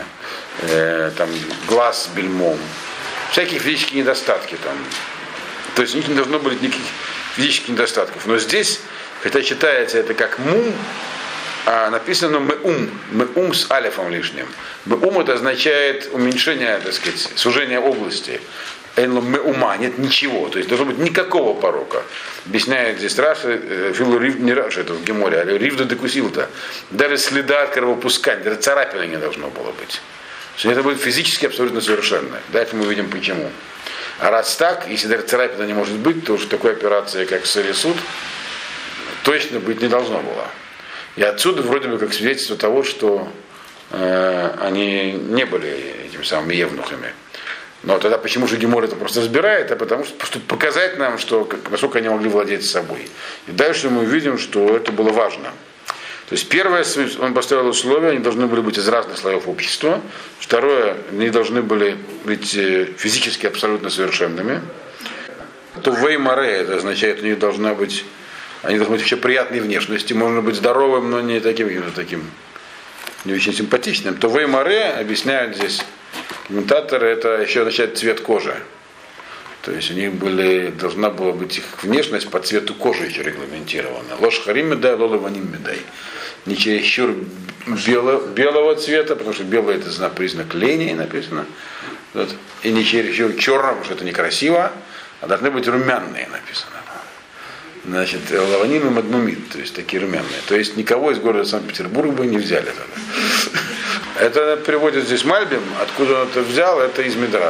э, там глаз бельмом. Всякие физические недостатки там. То есть у них не должно быть никаких физических недостатков. Но здесь, хотя читается это как мум, а написано меум, меум с алефом лишним. Меум это означает уменьшение, так сказать, сужение области. Ума, нет ничего, то есть должно быть никакого порока. Объясняет здесь Раши, Филу Рив, не Раши, это в Геморе, а Ривда декусилта. Даже следа от кровопускания, даже царапины не должно было быть. То есть это будет физически абсолютно совершенно. Дальше мы увидим почему. А раз так, если даже царапина не может быть, то уж такой операции, как сарисуд, точно быть не должно было. И отсюда вроде бы как свидетельство того, что э, они не были этими самыми евнухами. Но тогда почему же Гемор это просто разбирает? А потому что чтобы показать нам, что, как, насколько они могли владеть собой. И дальше мы увидим, что это было важно. То есть первое, он поставил условия, они должны были быть из разных слоев общества. Второе, они должны были быть физически абсолютно совершенными. То веймаре, это означает, у них должна быть, они должны быть вообще приятной внешности. Можно быть здоровым, но не таким, не таким, не очень симпатичным. То веймаре, объясняют здесь комментаторы, это еще означает цвет кожи. То есть у них были, должна была быть их внешность по цвету кожи еще регламентирована. Ложь харим медай, лола ваним медай. Не чересчур бело, белого цвета, потому что белый это знак, признак лени написано. Вот. И не чересчур черного, потому что это некрасиво, а должны быть румяные написано. Значит, лаваним и мадмумид, то есть такие румяные. То есть никого из города Санкт-Петербурга бы не взяли тогда. Это приводит здесь Мальбим, откуда он это взял, это из Мидраша.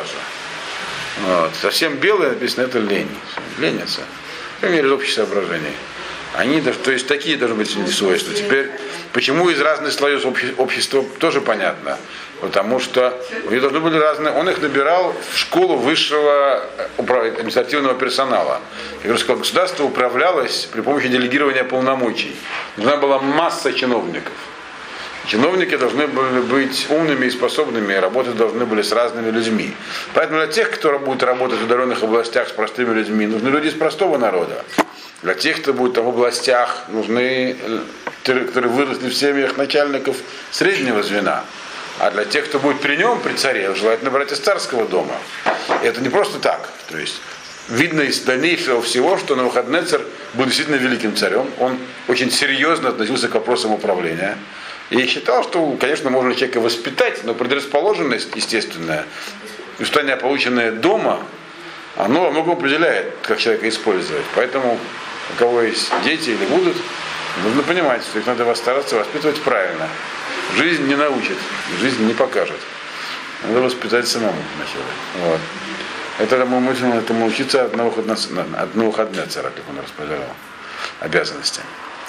Вот. Совсем белое написано, это лень. Ленятся. По мере общих соображений. Они, то есть такие должны быть свойства. Теперь, почему из разных слоев общества, тоже понятно. Потому что у них должны были разные. Он их набирал в школу высшего административного персонала. Я говорю, что государство управлялось при помощи делегирования полномочий. Нужна была масса чиновников. Чиновники должны были быть умными и способными, и работать должны были с разными людьми. Поэтому для тех, кто будет работать в удаленных областях с простыми людьми, нужны люди из простого народа. Для тех, кто будет там в областях, нужны, которые выросли в семьях начальников среднего звена. А для тех, кто будет при нем, при царе, желательно брать из царского дома. И это не просто так. То есть видно из дальнейшего всего, что Навуходоносор был действительно великим царем. Он очень серьезно относился к вопросам управления. И считал, что, конечно, можно человека воспитать, но предрасположенность, естественная, воспитание, полученное дома, оно во многом определяет, как человека использовать. Поэтому, у кого есть дети или будут, нужно понимать, что их надо стараться воспитывать правильно. Жизнь не научит, жизнь не покажет. Надо воспитать самому вначале. Вот. Это мы можем этому учиться от Навуходоносора, как он распределял обязанности.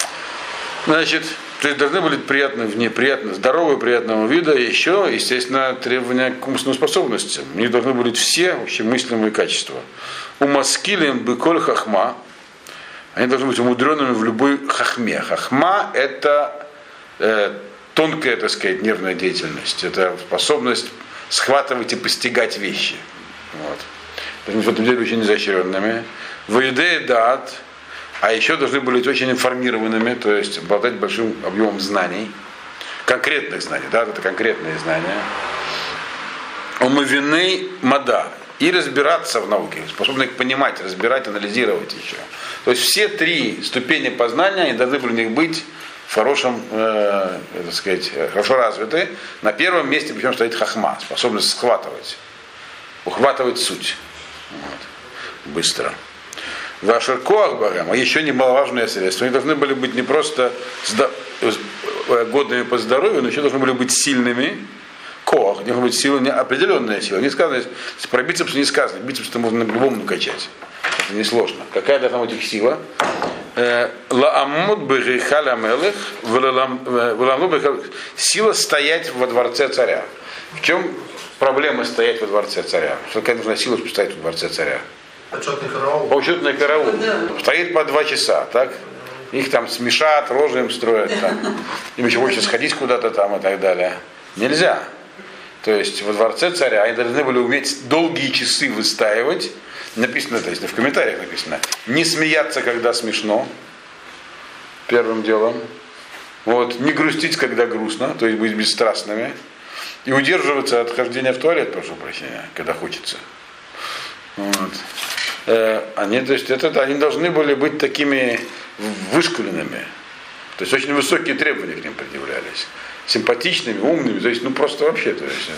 Значит, то есть должны быть приятные, вне, приятно, здоровые, приятного вида, и еще, естественно, требования к умственным способностям. У них должны быть все вообще мыслимые качества. Умаскилем быколь хахма, они должны быть умудренными в любой хахме. Хахма это э, тонкая, так сказать, нервная деятельность, это способность схватывать и постигать вещи. Вот. в этом деле очень изощренными. Ваидея дат, а еще должны были быть очень информированными, то есть обладать большим объемом знаний, конкретных знаний, да, это конкретные знания. Умовины мада. И разбираться в науке, способны их понимать, разбирать, анализировать еще. То есть все три ступени познания, они должны были у них быть в хорошем, э, так сказать, хорошо развиты. На первом месте причем стоит хахма, способность схватывать, ухватывать суть. Вот. Быстро. Вашеркоах барам, а еще немаловажное средство. Они должны были быть не просто годными по здоровью, но еще должны были быть сильными. Коах, должна быть сила, не определенная сила. Не сказано, про бицепс не сказано. Бицепс-то можно по-любому накачать. Это несложно. Какая должна быть их сила? Сила стоять во дворце царя. В чем проблема стоять во дворце царя? Что какая нужна сила, чтобы стоять во дворце царя? Почетный караул. Почетный караул. Стоит по два часа, так? Их там смешат, рожи им строят, там. Им еще хочется сходить куда-то там и так далее. Нельзя. То есть во дворце царя они должны были уметь долгие часы выстаивать. Написано, то есть в комментариях написано, не смеяться, когда смешно, первым делом. Вот, не грустить, когда грустно, то есть быть бесстрастными. И удерживаться от хождения в туалет, прошу прощения, когда хочется. Вот. Э, они, то есть, это, они должны были быть такими вышкаленными. То есть очень высокие требования к ним предъявлялись. Симпатичными, умными, то есть, ну просто вообще, то есть.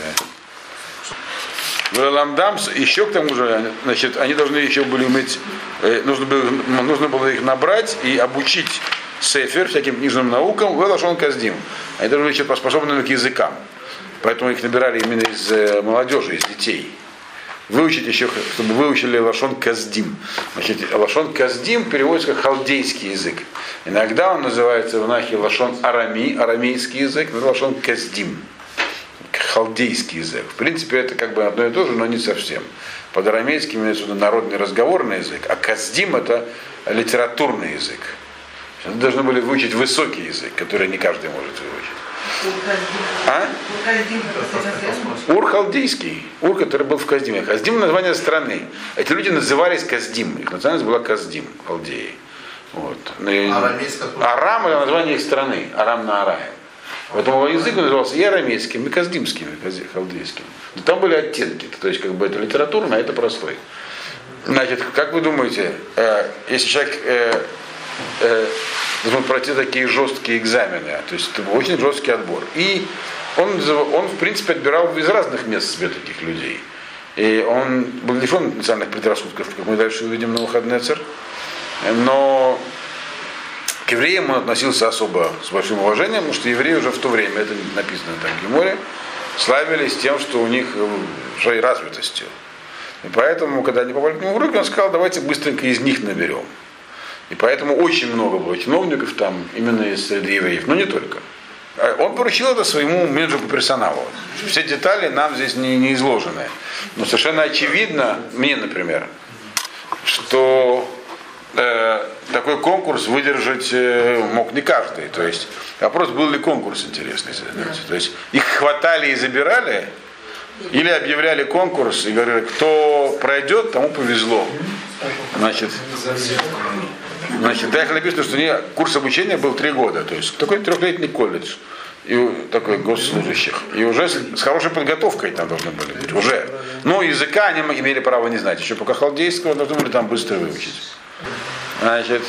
В Ламдамс еще к тому же, значит, они должны еще были иметь, э, нужно, было, нужно было их набрать и обучить сефер, всяким книжным наукам, в Лашон Каздим. Они должны быть еще способны к языкам. Поэтому их набирали именно из э, молодежи, из детей. Выучить еще, чтобы выучили Лашон Каздим. Значит, Лашон Каздим переводится как халдейский язык. Иногда он называется в Нахе Лашон Арами, арамейский язык, но Лашон Каздим, халдейский язык. В принципе, это как бы одно и то же, но не совсем. Под арамейским имеется в виду народный разговорный язык, а Каздим это литературный язык. Они должны были выучить высокий язык, который не каждый может выучить. А? Ур-халдейский. Ур, который был в Каздиме. Каздим название страны. Эти люди назывались Каздим. Их национальность была Каздим, халдеи. Вот. Арам это название их страны. Арам на Арае. Поэтому язык назывался и арамейским, и каздимским, и халдейским. Но там были оттенки. То есть как бы это литературно, а это простой. Значит, как вы думаете, э, если человек э, э, должен пройти такие жесткие экзамены, то есть это был очень жесткий отбор. И он, он, в принципе, отбирал из разных мест себе таких людей. И он был лишен национальных предрассудков, как мы дальше увидим на Навуходоносор. Но к евреям он относился особо с большим уважением, потому что евреи уже в то время, это написано там в Геморе, славились тем, что у них своей развитостью. И поэтому, когда они попали к нему в руки, он сказал, давайте быстренько из них наберем. И поэтому очень много было чиновников там, именно из среды евреев, но не только. Он поручил это своему менеджеру по персоналу. Все детали нам здесь не, не изложены. Но совершенно очевидно, мне, например, что э, такой конкурс выдержать э, мог не каждый. То есть вопрос, был ли конкурс интересный. То есть их хватали и забирали, или объявляли конкурс и говорили, кто пройдет, тому повезло. Значит, Значит, так написано, что у нее курс обучения был три года, то есть такой трехлетний колледж, и такой госслужащих. И уже с, с хорошей подготовкой там должны были быть. Уже. Но языка они имели право не знать. Еще пока халдейского должны были там быстро выучить. Значит,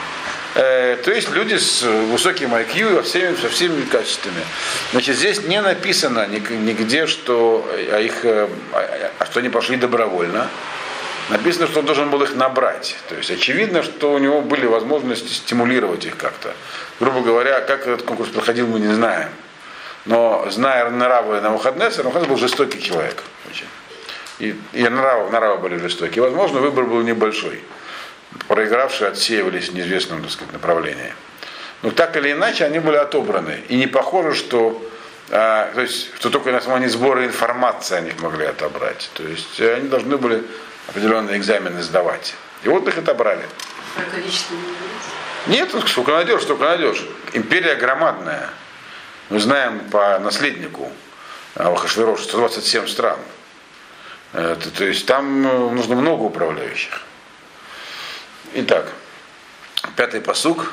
э, то есть люди с высоким ай кью и всеми, со всеми качествами. Значит, здесь не написано нигде, что, а их, а, что они пошли добровольно. Написано, что он должен был их набрать. То есть очевидно, что у него были возможности стимулировать их как-то. Грубо говоря, как этот конкурс проходил, мы не знаем. Но зная нравы Навуходоносора, Навуходоносор был жестокий человек. Очень. И, и нравы, нравы были жестокие. Возможно, выбор был небольшой. Проигравшие отсеивались в неизвестном, так сказать, направлении. Но так или иначе, они были отобраны. И не похоже, что, а, то есть, что только на основании сбора информации они их могли отобрать. То есть они должны были определенные экзамены сдавать. И вот их отобрали. Про количество не говорится? Нет, сколько найдешь, столько найдешь. Империя громадная. Мы знаем по наследнику Ахашвероша сто двадцать семь стран. Это, то есть там нужно много управляющих. Итак, пятый пасук.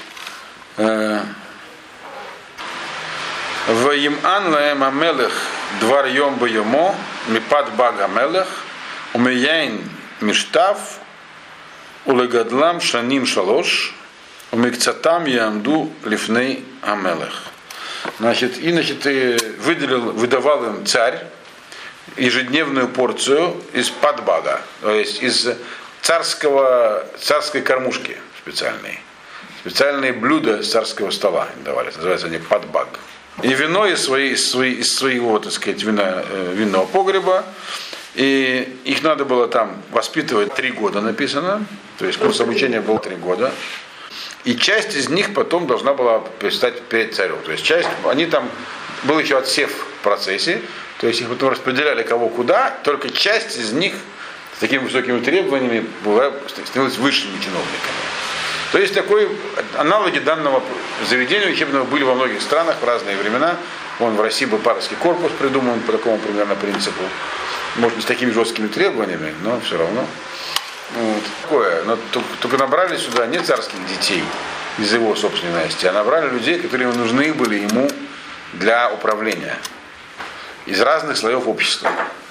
Ваиман лаэм амелех двар йом б'йомо мипад баг амелех умеяин миштав улегадлам шаним шалош умикцатам ямду лифней амелех. Значит, и значит, выделил, выдавал им царь ежедневную порцию из падбага, то есть из царского, царской кормушки специальной. Специальные блюда с царского стола им давали, называются они падбаг. И вино из, своей, из, своей, из своего, так сказать, вина, винного погреба. И их надо было там воспитывать три года, написано. То есть курс обучения был три года. И часть из них потом должна была предстать перед царем. То есть часть, они там, был еще отсев в процессе. То есть их потом распределяли кого куда. Только часть из них с такими высокими требованиями была, становилась высшими чиновниками. То есть такой, аналоги данного заведения учебного были во многих странах в разные времена. Вон в России был парский корпус придуман по такому примерно принципу. Может не с такими жесткими требованиями, но все равно. Вот. Такое. Но только, только набрали сюда не царских детей из его собственной династии, а набрали людей, которые нужны были ему для управления. Из разных слоев общества.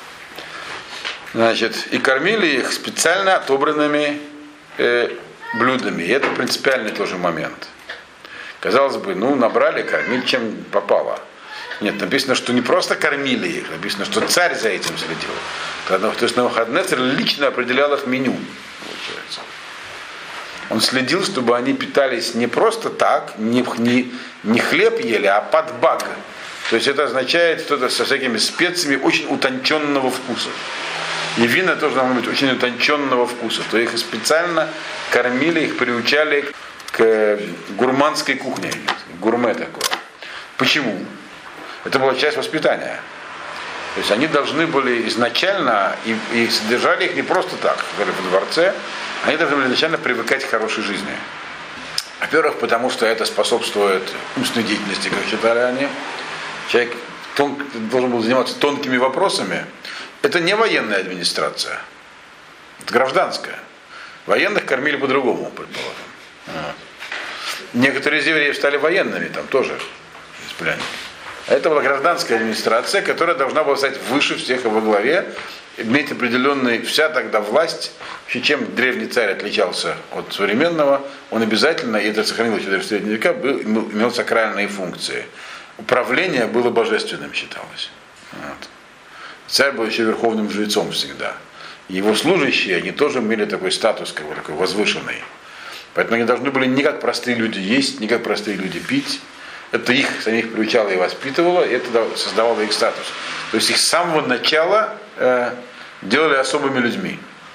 Значит, и кормили их специально отобранными э, блюдами. И это принципиальный тоже момент. Казалось бы, ну, набрали, кормили чем попало. Нет, написано, что не просто кормили их, написано, что царь за этим следил. То есть Навуходоносор лично определял их меню, получается. Он следил, чтобы они питались не просто так, не, не, не хлеб ели, а падбаг. То есть это означает что-то со всякими специями очень утонченного вкуса. И вина тоже должны быть очень утонченного вкуса. То их специально кормили, их приучали к гурманской кухне, гурме такое. Почему? Это была часть воспитания. То есть они должны были изначально, и, и содержали их не просто так, как в дворце, они должны были изначально привыкать к хорошей жизни. Во-первых, потому что это способствует умственной деятельности, как считали они. Человек тон, должен был заниматься тонкими вопросами. Это не военная администрация, это гражданская. Военных кормили по-другому, предположим. Вот. Некоторые из евреев стали военными, там тоже из пленников. Это была гражданская администрация, которая должна была стать выше всех и во главе, иметь определенную, вся тогда власть. Вообще, чем древний царь отличался от современного, он обязательно, и это сохранилось в средние века, был, имел сакральные функции. Управление было божественным, считалось. Вот. Царь был еще верховным жрецом всегда. И его служащие, они тоже имели такой статус, как бы, такой возвышенный. Поэтому они должны были не как простые люди есть, не как простые люди пить. Это их самих приучало и воспитывало, и это создавало их статус. То есть их с самого начала э, делали особыми людьми,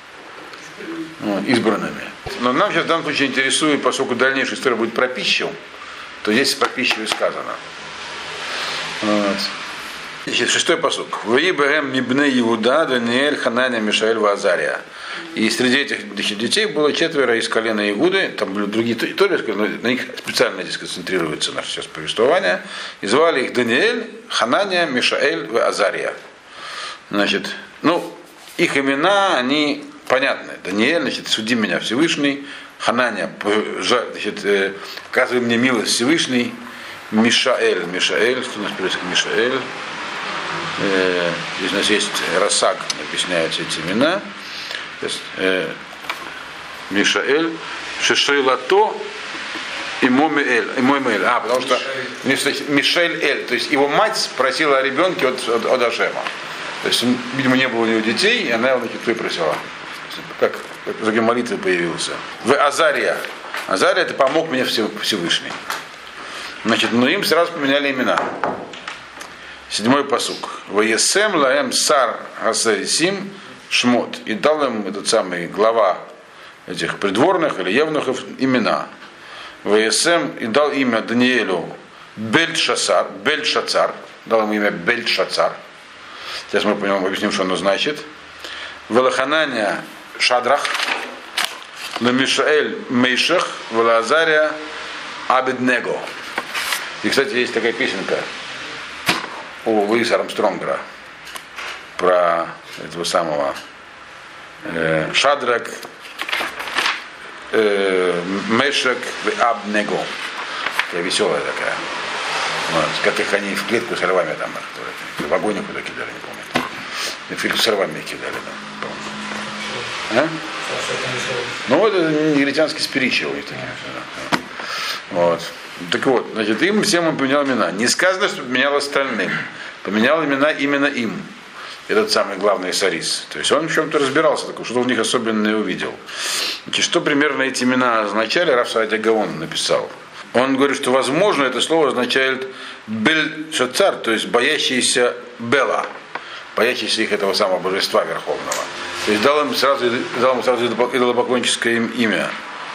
вот, избранными. Но нам сейчас в данном случае интересует, поскольку дальнейшая история будет про пищу, то здесь про пищу и сказано. Вот. Значит, шестой пасук. Ваибэм мибне Иуда, Даниэль, Хананя, Мишаэль, Азария. И среди этих детей было четверо из колена Иуды, там были другие истории, но на них специально здесь концентрируется наше сейчас повествование. И звали их Даниэль, Хананя, Мишаэль, Азария. Значит, ну, их имена, они понятны. Даниэль, значит, суди меня Всевышний. Хананя, значит, оказывай мне милость Всевышний. Мишаэль, Мишаэль, что у нас переводится Мишаэль. Здесь у нас есть Расак, объясняются эти имена. Есть, э, Мишаэль, Шешейлато и Момиэль. А, потому что Мишель Эль, то есть его мать спросила о ребенке от, от, от Ашема. То есть, видимо, не было у него детей, и она его значит, выпросила. Как в итоге молитвы появился. В Азария. Азария это помог мне Всевышний. Значит, но им сразу поменяли имена. Седьмой пасук. Ваесем лаэм сар хасарисим шмот. И дал им этот самый глава этих придворных или евнухов имена. Ваесем и дал имя Даниэлю Бельтшацар, Бельтшацар. Дал ему имя Бельтшацар. Сейчас мы по нему объясним, что оно значит. Велахананя Шадрах. Ламишаэль Мейшах. Велазария Абеднего. И, кстати, есть такая песенка у Луиса Армстронгера про этого самого э, Шадрак, э, Мешек, Абнего. Такая веселая такая. Вот, как их они в клетку с рвами там, в огонь куда кидали, не помню. В клетку с рвами кидали, да, а? Ну вот это негритянский спиричил у них такие. Да. Вот. Так вот, значит, им всем он поменял имена. Не сказано, что поменял остальным. Поменял имена именно им. Этот самый главный Сарис. То есть он в чем-то разбирался, такой, что-то в них особенное увидел. Значит, что примерно эти имена означали, Рав Сааdia Гаон написал. Он говорит, что возможно это слово означает Бель Шацар, то есть боящийся Бела, боящийся их этого самого божества верховного. То есть дал им сразу, дал им сразу идолопоклонническое им имя.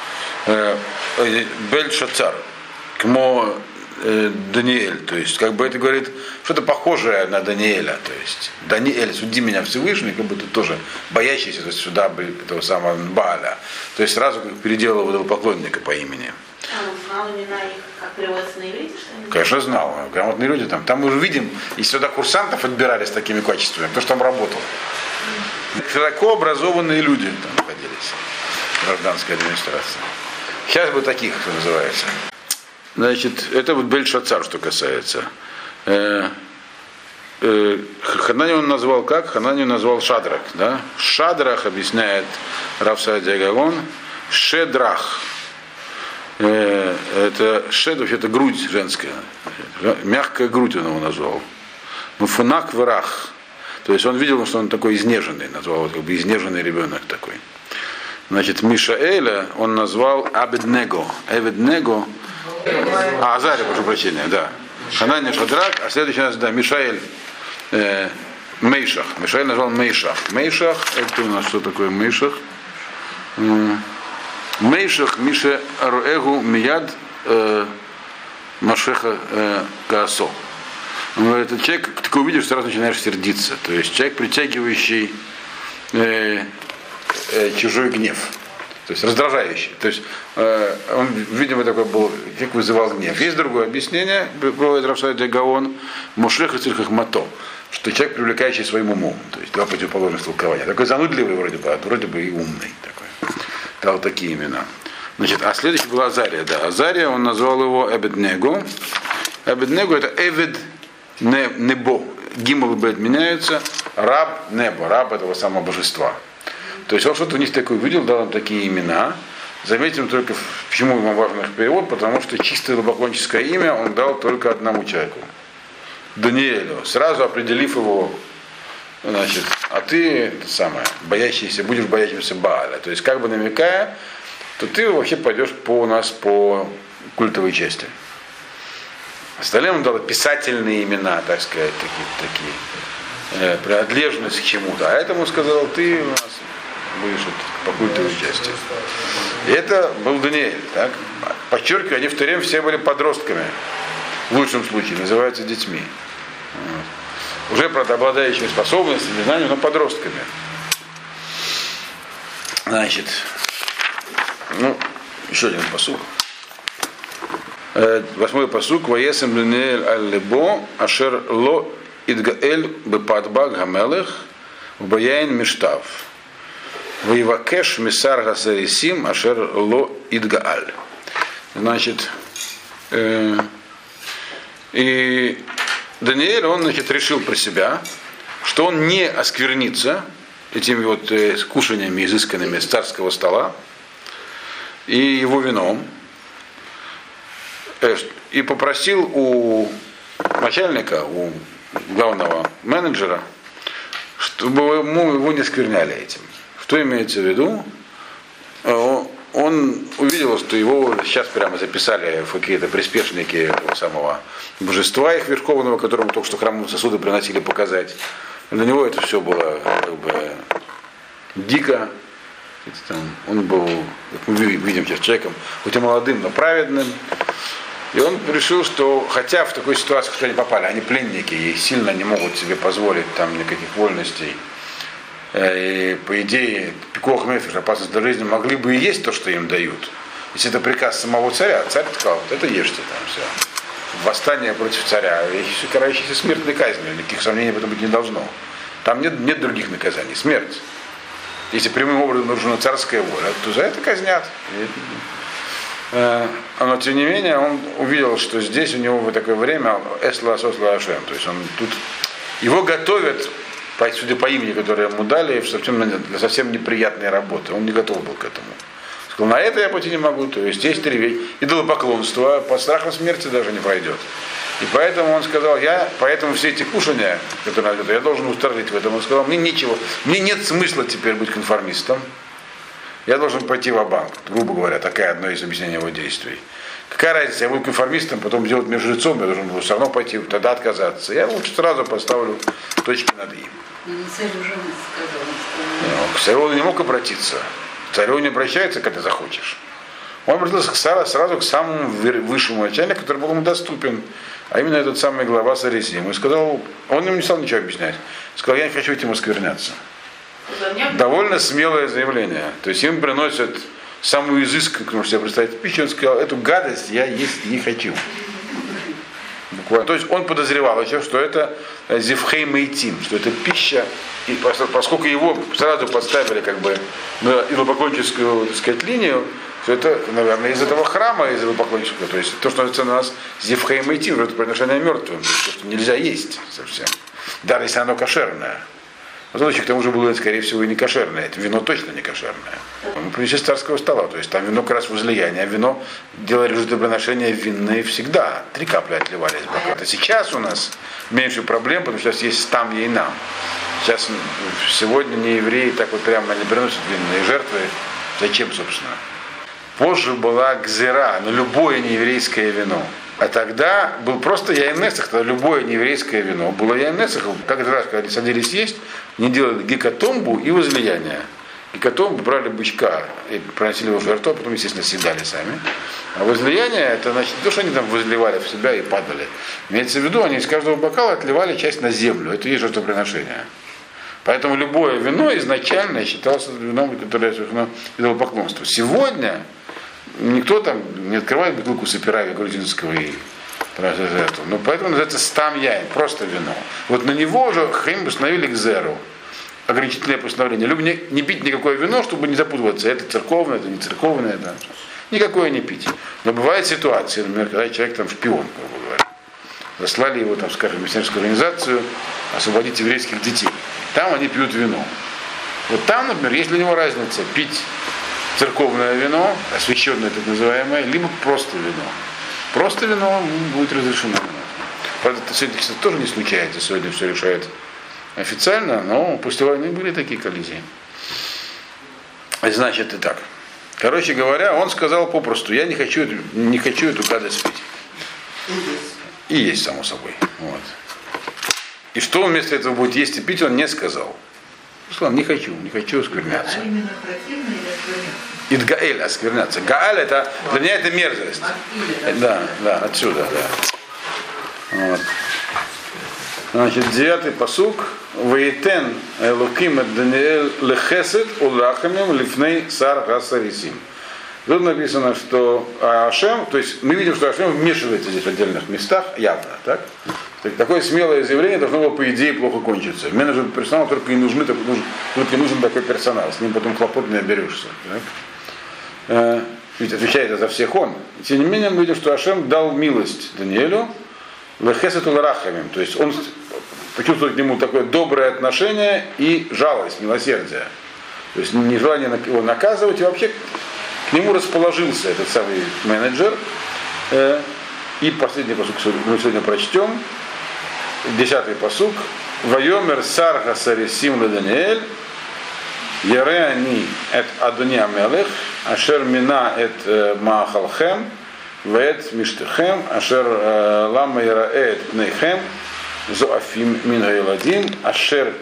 Бель Шацар, кмо Даниэль, то есть как бы это говорит что-то похожее на Даниэля, то есть Даниэль, суди меня Всевышний, как будто тоже боящийся, то есть сюда бы этого самого Бааля, то есть сразу как переделал идолопоклонника по имени. А он знал имена их, как переводится на иврите, что ли? Конечно, знал. Грамотные люди там. Там мы уже видим, и сюда курсантов отбирали с такими качествами, кто же там работал. Широко образованные люди там находились. Гражданская администрация. Сейчас бы таких, что называется. Значит, это вот Бель Шацар, что касается. Э, э, Хананию он назвал как? Хананию назвал Шадрах. Да? Шадрах объясняет Рав Сааdia Гаон. Шедрах. Э, это шед, вообще это грудь женская. Мягкая грудь он его назвал. Муфунак врах. То есть он видел, что он такой изнеженный, назвал, как бы изнеженный ребенок такой. Значит, Мишаэля он назвал Абеднего. Абеднего. А, Азария, прошу прощения, да. Ханания Шадрак, а следующий у нас, да, Мишаэль э, Мейшах. Мишаэль назвал Мейшах. Мейшах, это у нас что такое Мейшах? Мейшах Мише Аруэгу Мияд э, Машеха э, Гаасо. Он говорит, это человек, ты такой увидишь, сразу начинаешь сердиться. То есть человек, притягивающий э, э, чужой гнев. То есть раздражающий. То есть э, он, видимо, такой был, человек вызывал гнев. Есть другое объяснение, приводит Рав Сааdia Гаон, Мошех и Цирхах Мато, что человек, привлекающий своим умом. То есть два противоположных толкования. Такой занудливый вроде бы, а вроде бы и умный такой. Дал такие имена. Значит, а следующий был Азария. Да, Азария, он назвал его Эбеднего. Эбеднего это Эвед Небо. Гимл и Бет меняются. Раб Небо, раб этого самого божества. То есть он что-то у них такое увидел, дал им такие имена. Заметим только, почему ему важен их перевод, потому что чистое идолопоклонническое имя он дал только одному человеку. Даниэлю. Сразу определив его, значит, а ты, это самое, боящийся, будешь боящимся Бааля. То есть, как бы намекая, то ты вообще пойдешь по у нас по культовой части. Остальным он дал писательные имена, так сказать, такие, такие э, принадлежность к чему-то. А этому сказал, ты у нас будешь вот по культовой части. И это был Даниэль. Так? Подчеркиваю, они в то время все были подростками. В лучшем случае, называются детьми. Вот. Уже, правда, обладающими способностями, знаниями, но подростками. Значит, ну, еще один пасук. Восьмой пасук. Ваесем Даниэль аль-лебо, ашер ло идгаэль бепадбаг гамелех, вбаяин миштав. Воевакеш мисар гасарисим, ашер ло идгааль. Значит, э, и Даниэль, он, значит, решил про себя, что он не осквернится этими вот э, кушаниями, изысканными с царского стола и его вином, э, и попросил у начальника, у главного менеджера, чтобы ему его не оскверняли этим. Что имеется в виду? Он увидел, что его сейчас прямо записали в какие-то приспешники этого самого божества их верховного, которому только что храмовые сосуды приносили показать. Для него это все было как бы дико. Он был, как мы видим сейчас, человеком, хоть и молодым, но праведным. И он решил, что хотя в такой ситуации, что они попали, они пленники и сильно не могут себе позволить там никаких вольностей. И, по идее, пикох нефиш, опасность для жизни, могли бы и есть то, что им дают. Если это приказ самого царя, царь сказал, вот это ешьте там все. Восстание против царя, карающееся смертной казнью, никаких сомнений в этом быть не должно. Там нет, нет других наказаний. Смерть. Если прямым образом нужна царская воля, то за это казнят. Но тем не менее он увидел, что здесь у него в такое время эсла сосла ашем. То есть он тут его готовят, судя по имени, которое ему дали, совсем, для совсем неприятной работы. Он не готов был к этому. Сказал, на это я пойти не могу. То есть есть три вещи. Идолопоклонство, под страхом смерти даже не пройдет. И поэтому он сказал, я, поэтому все эти кушания, которые я должен устроить в этом. Он сказал, мне ничего, мне нет смысла теперь быть конформистом. Я должен пойти ва-банк, грубо говоря, такое одно из объяснений его действий. Какая разница, я буду конформистом, потом сделать меня жрецом, я должен буду все равно пойти, тогда отказаться. Я лучше сразу поставлю точки над «и». Царь уже сказал. К царю он не мог обратиться. К царю он не обращается, когда захочешь. Он обратился сразу к самому высшему начальнику, который был ему доступен, а именно этот самый глава Сарисим. И сказал, он ему не стал ничего объяснять. Сказал, я не хочу этим оскверняться. Довольно смелое заявление. То есть им приносят самую изысканную, потому что себе представить пищу, он сказал, эту гадость я есть не хочу. Буквально. То есть он подозревал еще, что это зевхей мейтим, что это пища, и поскольку его сразу поставили как бы на идолопоклонническую, так сказать, линию, что это, наверное, из этого храма, из идолопоклоннического, то есть то, что называется у нас зевхей мейтим, это приношение мертвым, то, есть, то, что нельзя есть совсем, даже если оно кошерное. Потому что к тому же было, скорее всего, и не кошерное. Это вино точно не кошерное. Мы принесли с царского стола. То есть там вино как раз возлияние. А вино делали жертвоприношения винные всегда. Три капли отливали из бокала. Сейчас у нас меньше проблем, потому что сейчас есть там и нам. Сейчас сегодня не евреи так вот прямо не приносят винные жертвы. Зачем, собственно? Позже была гзера на любое нееврейское вино. А тогда был просто яйнесах, тогда любое нееврейское вино было яйнесах. Как это раз, когда они садились есть, они делали гекатомбу и возлияние. Гекатомбу брали бычка и приносили его в жертву, а потом, естественно, съедали сами. А возлияние, это значит не то, что они там возливали в себя и падали. Имеется в виду, они из каждого бокала отливали часть на землю. Это и есть жертвоприношение. Поэтому любое вино изначально считалось вином, которое идолопоклонство. Сегодня никто там не открывает бутылку сапирави грузинского и этого. Но поэтому называется стам яйн, просто вино. Вот на него уже хахамим установили гзеру, ограничительное постановление. Любят не, не пить никакое вино, чтобы не запутываться. Это церковное, это не церковное. Да. Никакое не пить. Но бывают ситуации, например, когда человек там шпион, грубо говоря. Заслали его, там, скажем, в миссионерскую организацию освободить еврейских детей. Там они пьют вино. Вот там, например, есть для него разница пить церковное вино, освященное так называемое, либо просто вино. Просто вино будет разрешено. Правда, это сегодня, кстати, тоже не случается, сегодня все решает официально, но после войны были такие коллизии. Значит, и так. Короче говоря, он сказал попросту, я не хочу, не хочу эту гадость пить. И есть, само собой. Вот. И что он вместо этого будет есть и пить, он не сказал. Сказал, не хочу, не хочу оскверняться. А именно противно или оскверняться? Идгаэль, оскверняться. Гааль это, для меня это мерзость. Да, да, отсюда, да. Вот. Значит, девятый пасук. Вейтен элоким эт Даниэль лехесед улахамим лифней сар гасарисим. Тут написано, что Ашем, то есть мы видим, что Ашем вмешивается здесь в отдельных местах, явно, так? Так, такое смелое заявление должно было, по идее, плохо кончиться. Мне нужен персонал, только и нужны, только нужен, только нужен такой персонал, с ним потом хлопот не оберешься. Э, ведь отвечает за всех он. И, тем не менее, мы видим, что Ашем дал милость Даниэлю, лехесету ларахамим, то есть он почувствовал к нему такое доброе отношение и жалость, милосердие. То есть не желание его наказывать, и вообще к нему расположился этот самый менеджер. Э, и последний пасук мы сегодня прочтем. Десятый пасук. Вайомер сарха сарисим ле Даниэль. Яре они эт Адони Амелех. Ашер мина эт Маахалхем. Вэт Миштехем. Ашер лама яраэ эт Пнейхем. Зоафим мин гаиладим. Ашер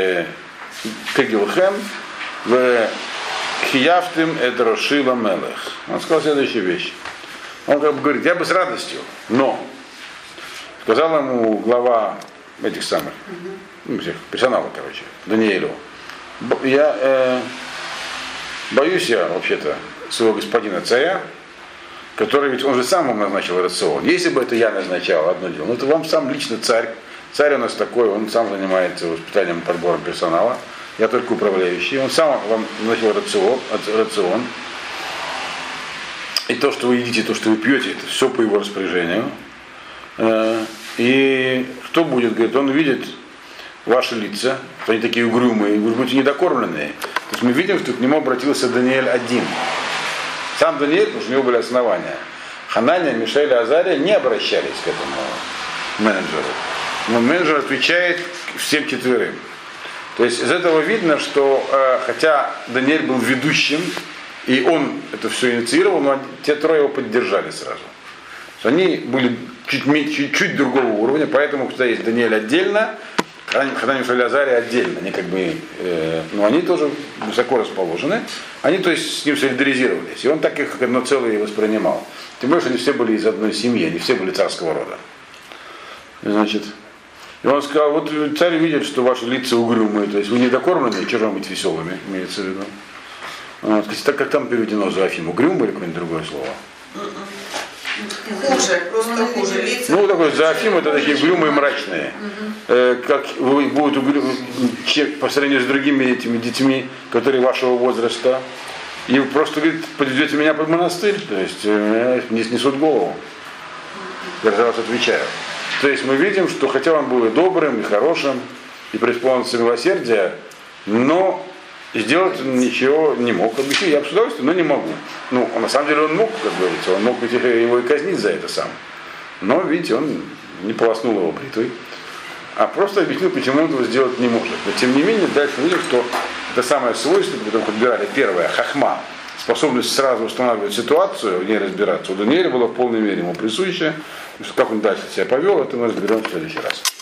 Кегилхем. В Хияфтим эдрошила мелех. Он сказал следующую вещь. Он как бы говорит, я бы с радостью, но сказал ему глава этих самых, ну, всех, персонала, короче, Даниэлю, я э, боюсь я вообще-то своего господина царя, который ведь он же сам вам назначил рацион. Если бы это я назначал одно дело, ну это вам сам лично царь царь у нас такой, он сам занимается воспитанием и подбором персонала, я только управляющий, он сам вам носил рацион, рацион. И то, что вы едите, то, что вы пьете, это все по его распоряжению. И что будет? Говорит, он видит ваши лица, что они такие угрюмые, вы будете недокормленные. То есть мы видим, что к нему обратился Даниэль один. Сам Даниэль, потому что у него были основания. Хананя, Мишаэль и Азария не обращались к этому менеджеру. Но менеджер отвечает всем четверым. То есть из этого видно, что э, хотя Даниэль был ведущим, и он это все инициировал, но те трое его поддержали сразу. Они были чуть, чуть, чуть другого уровня, поэтому когда есть Даниэль отдельно, Хананя, Мишаэль и Азария отдельно. Они как бы, э, но они тоже высоко расположены. Они, то есть, с ним солидаризировались. И он так их как одно целое и воспринимал. Тем более, что они все были из одной семьи, они все были царского рода. Значит, и он сказал, вот царь видит, что ваши лица угрюмые, то есть вы недокормленные, что же вам быть веселыми, имеется в виду. Вот, так как там переведено Зоофим, угрюмый или какое-нибудь другое слово? Хуже, просто хуже. Лица. Ну, такой Зоофим это такие угрюмые, мрачные. Э, как вы будут угрюмы по сравнению с другими этими детьми, которые вашего возраста. И вы просто, говорит, подведете меня под монастырь, то есть э, не снесут голову. Я за вас отвечаю. То есть мы видим, что хотя он был и добрым, и хорошим, и преисполнился милосердия, но сделать он ничего не мог. Объяснить я бы с удовольствием, но не могу. Ну, на самом деле он мог, как говорится, он мог его и казнить за это сам. Но, видите, он не полоснул его бритвой, а просто объяснил, почему он этого сделать не может. Но тем не менее, дальше мы видим, что это самое свойство, которое подбирали первое, хахма, способность сразу устанавливать ситуацию, в ней разбираться. У Даниэля было в полной мере ему присуще. Как он дальше себя повел, это мы разберем в следующий раз.